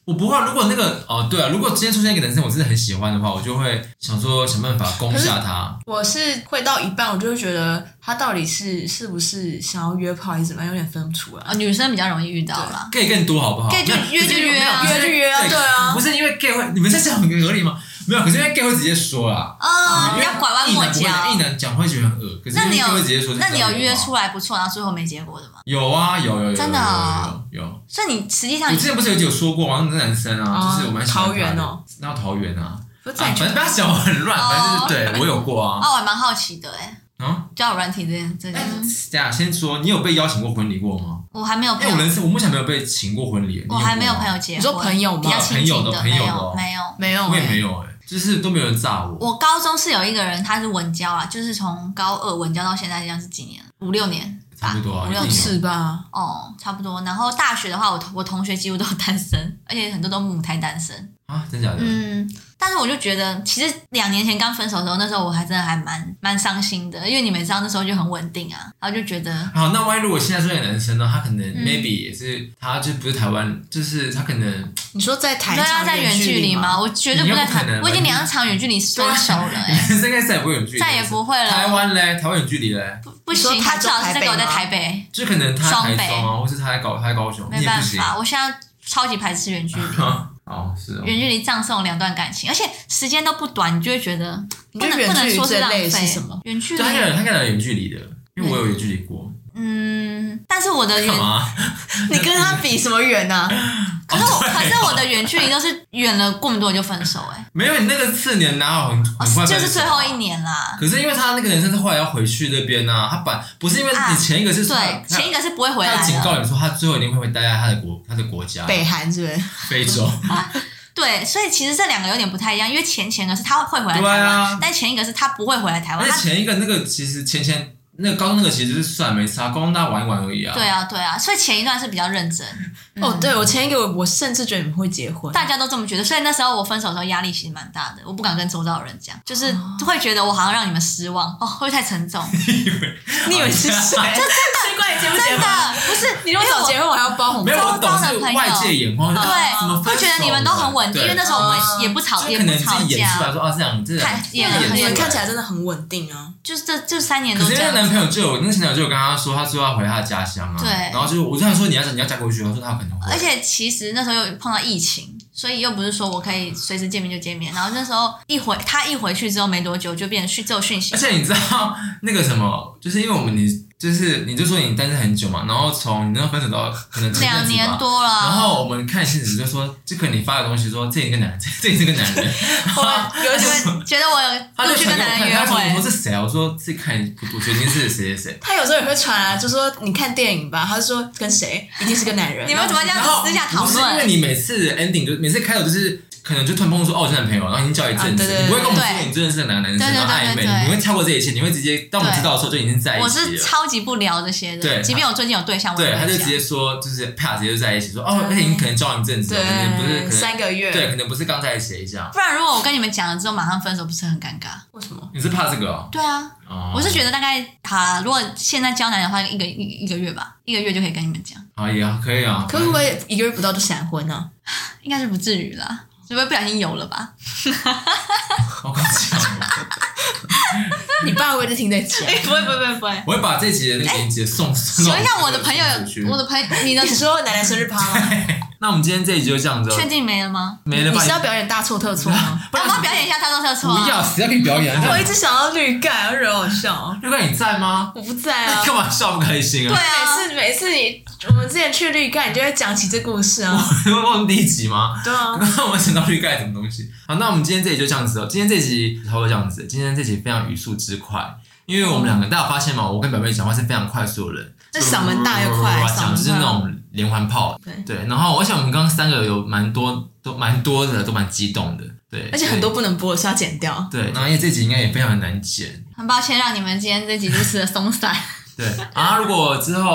我不会，如果那个哦，对啊，如果今天出现一个男生，我真的很喜欢的话，我就会想说想办法攻下他。 我是会到一半，我就会觉得他到底是是不是想要约炮还是怎么样，有点分不出来。 啊，女生比较容易遇到啦 gay 更多好不好 ？gay 就约就约啊， 约就约啊，对啊， 不是因为 gay 会，你们在讲很合理吗？没有，可是因为 gay 会直接说啦， 啊，不要拐弯抹角。 一男讲会觉得很恶，可是那你有会直接说。 那你有约出来不错，然后最后没结果的吗？ 有啊，有有有， 真的有有。 所以你实际上， 我之前不是有有说过吗？那男生啊，就是我蛮喜欢桃园哦， 那桃园啊， 反正不要想我很乱，反正就是对我有过啊。 哦，我还蛮好奇的哎。啊，交友软体这件这件事，等下先说，你有被邀请过婚礼过吗？ 我还没有。 哎，我人生我目前没有被请过婚礼。 我还没有朋友结婚。 你说朋友吗？ 比较亲近的朋友的， 没有没有， 我也没有哎，就是都没有人炸我。 我高中是有一个人，他是文交啊，就是从高二文交到现在，这样是几年？五六年。 差不多啊， 五六次吧。 哦，差不多。然后大学的话，我我同学几乎都单身，而且很多都母胎单身。 啊，真假的？ 嗯，但是我就觉得，其实两年前刚分手的时候，那时候我还真的还蛮蛮伤心的，因为你们知道那时候就很稳定啊，然后就觉得， 好，那万一如果现在这个男生呢，他可能 maybe 也是，他就不是台湾，就是他可能， 你说在台场在远距离吗？我绝对不在台，我已经两场远距离分手了，哎， 人生应该再也不会远距离， 再也不会了。 台湾嘞，台湾远距离嘞， 不不行，他至少是在给我在台北， 就可能他台中啊，或是他在高他在高雄， 没办法，我现在超级排斥远距离。 哦，是哦， 远距离葬送两段感情，而且时间都不短，你就会觉得不能不能说是浪费。 什么？ 远距离， 他看他看到远距离的，因为我有远距离过。 嗯，但是我的远， 你跟他比什么远呢？ 可是我，可是我的远距离都是远了过没多久就分手哎。 没有，你那个四年哪有很很快？ 就是最后一年啦。 可是因为他那个人生是后来要回去那边呐，他本不是因为你前一个是对，前一个是不会回来的。 他警告你说他最后一定会待在他的国他的国家， 北韩是不是？ 非洲。 对，所以其实这两个有点不太一样，因为前前个是他会回来台湾，啊、但前一个是他不会回来台湾。 而且前一个那个其实前前那个高中那个其实就是算没差，高中大家玩一玩而已啊。 对啊，对啊，所以前一段是比较认真。 嗯、哦，对我前一个我我甚至觉得你们会结婚， 大家都这么觉得，所以那时候我分手的时候压力其实蛮大的，我不敢跟周遭的人讲，就是会觉得我好像让你们失望哦，会不会太沉重？ 你以为你以为是谁？ 就真的奇怪，结不结婚？ 真的不是， 你如果早结婚，我还要包红包。 没有，我懂是外界眼光， 对，会觉得你们都很稳定，因为那时候我们也不吵，也不吵架。 演出来说啊，这样这样， 你们看起来真的很稳定啊。 就是这这三年都这样。 可是那男朋友就有那前男友就有跟他说，他说要回他的家乡啊。 对。 然后就我就想说你要你要嫁过去，他说他可能会。 而且其实那时候又碰到疫情，所以又不是说我可以随时见面就见面。然后那时候一回他一回去之后没多久就变成讯只有讯息。 而且你知道那个什么，就是因为我们你就是你就说你单身很久嘛，然后从你那分手到可能两年多了。 然后我们看现实就说，这个你发的东西说这一个男人，这也是个男人。 有人觉得我有陆续跟男人约会。 我说是谁啊？我说自己看不确定是谁谁谁。 他有时候也会传啊，就说你看电影吧，他就说跟谁，一定是个男人。 你们怎么这样子私下讨论？ 不是因为你每次 ending 就每次开头就是可能就突然碰说哦，我是男朋友，然后已经交一阵子，你不会跟我们说你真的是男男生，然后暧昧，你会跳过这一切，你会直接当我们知道的时候就已经在一起了。 我是超级不聊这些的，对，即便我最近有对象， 对，他就直接说就是啪，直接就在一起，说哦，而且你可能交往一阵子，可能不是可能三个月， 对，可能不是刚在一起一下。 不然如果我跟你们讲了之后马上分手，不是很尴尬？ 为什么？ 你是怕这个哦？ 对啊，我是觉得大概好，如果现在交男的话，一个一一个月吧，一个月就可以跟你们讲。 可以啊，可以啊。 可会不会一个月不到就闪婚呢？ 应该是不至于啦。是不是不小心有了吧？ 好搞笑！ 你爸会不会在听这集？ 不会不会不会不会。 我会把这集的那个链接送送。 请问一下，我的朋友，我的朋友，你的你说奶奶生日趴吗？ 那我们今天这一集就这样子。 确定没了吗？ 没了吧？ 你是要表演大错特错吗？ 我要表演一下大错特错。 不要，谁要给你表演？ 我一直想要绿盖，惹我笑。 绿盖你在吗？ 我不在啊。 干嘛笑不开心啊？ 对啊，每次每次你我们之前去绿盖，你就会讲起这故事啊。 我忘第一集吗？ 对啊。 那我想到绿盖什么东西？好，那我们今天这集就这样子哦。今天这集差不多这样子。今天这集非常语速之快，因为我们两个大家发现嘛，我跟表妹讲话是非常快速的人， 这嗓门大又快， 讲就是那种连环炮。 对对，然后我想我们刚刚三个有蛮多都蛮多的，都蛮激动的。对， 而且很多不能播的是要剪掉。 对，然后因为这集应该也非常的难剪。 很抱歉让你们今天这集如此的松散。 对啊，如果之后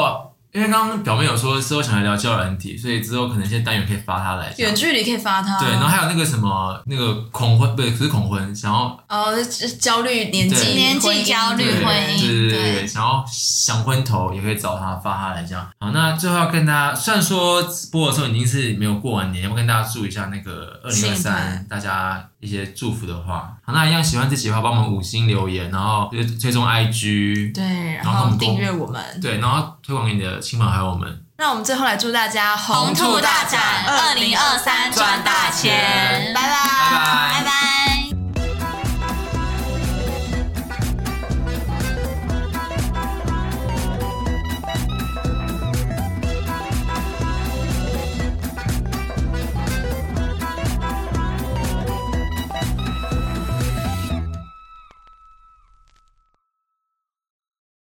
因为刚刚表妹有说之后想来聊交友软体，所以之后可能一些单元可以发他来。 远距离可以发他。 对，然后还有那个什么那个恐婚，不是不是恐婚，想要哦焦虑年纪年纪焦虑婚姻， 对对对对，想要想昏头也可以找他发他来这样。好，那最后要跟大家，虽然说播的时候已经是没有过完年，要不跟大家祝一下那个二零二三大家一些祝福的话。好，那一样喜欢这集的话，帮我们五星留言，然后追踪 I G， 对，然后订阅我们， 对，然后推广给你的亲朋好友们。 那我们最后来祝大家红兔大展，二零二三赚大钱， 拜拜。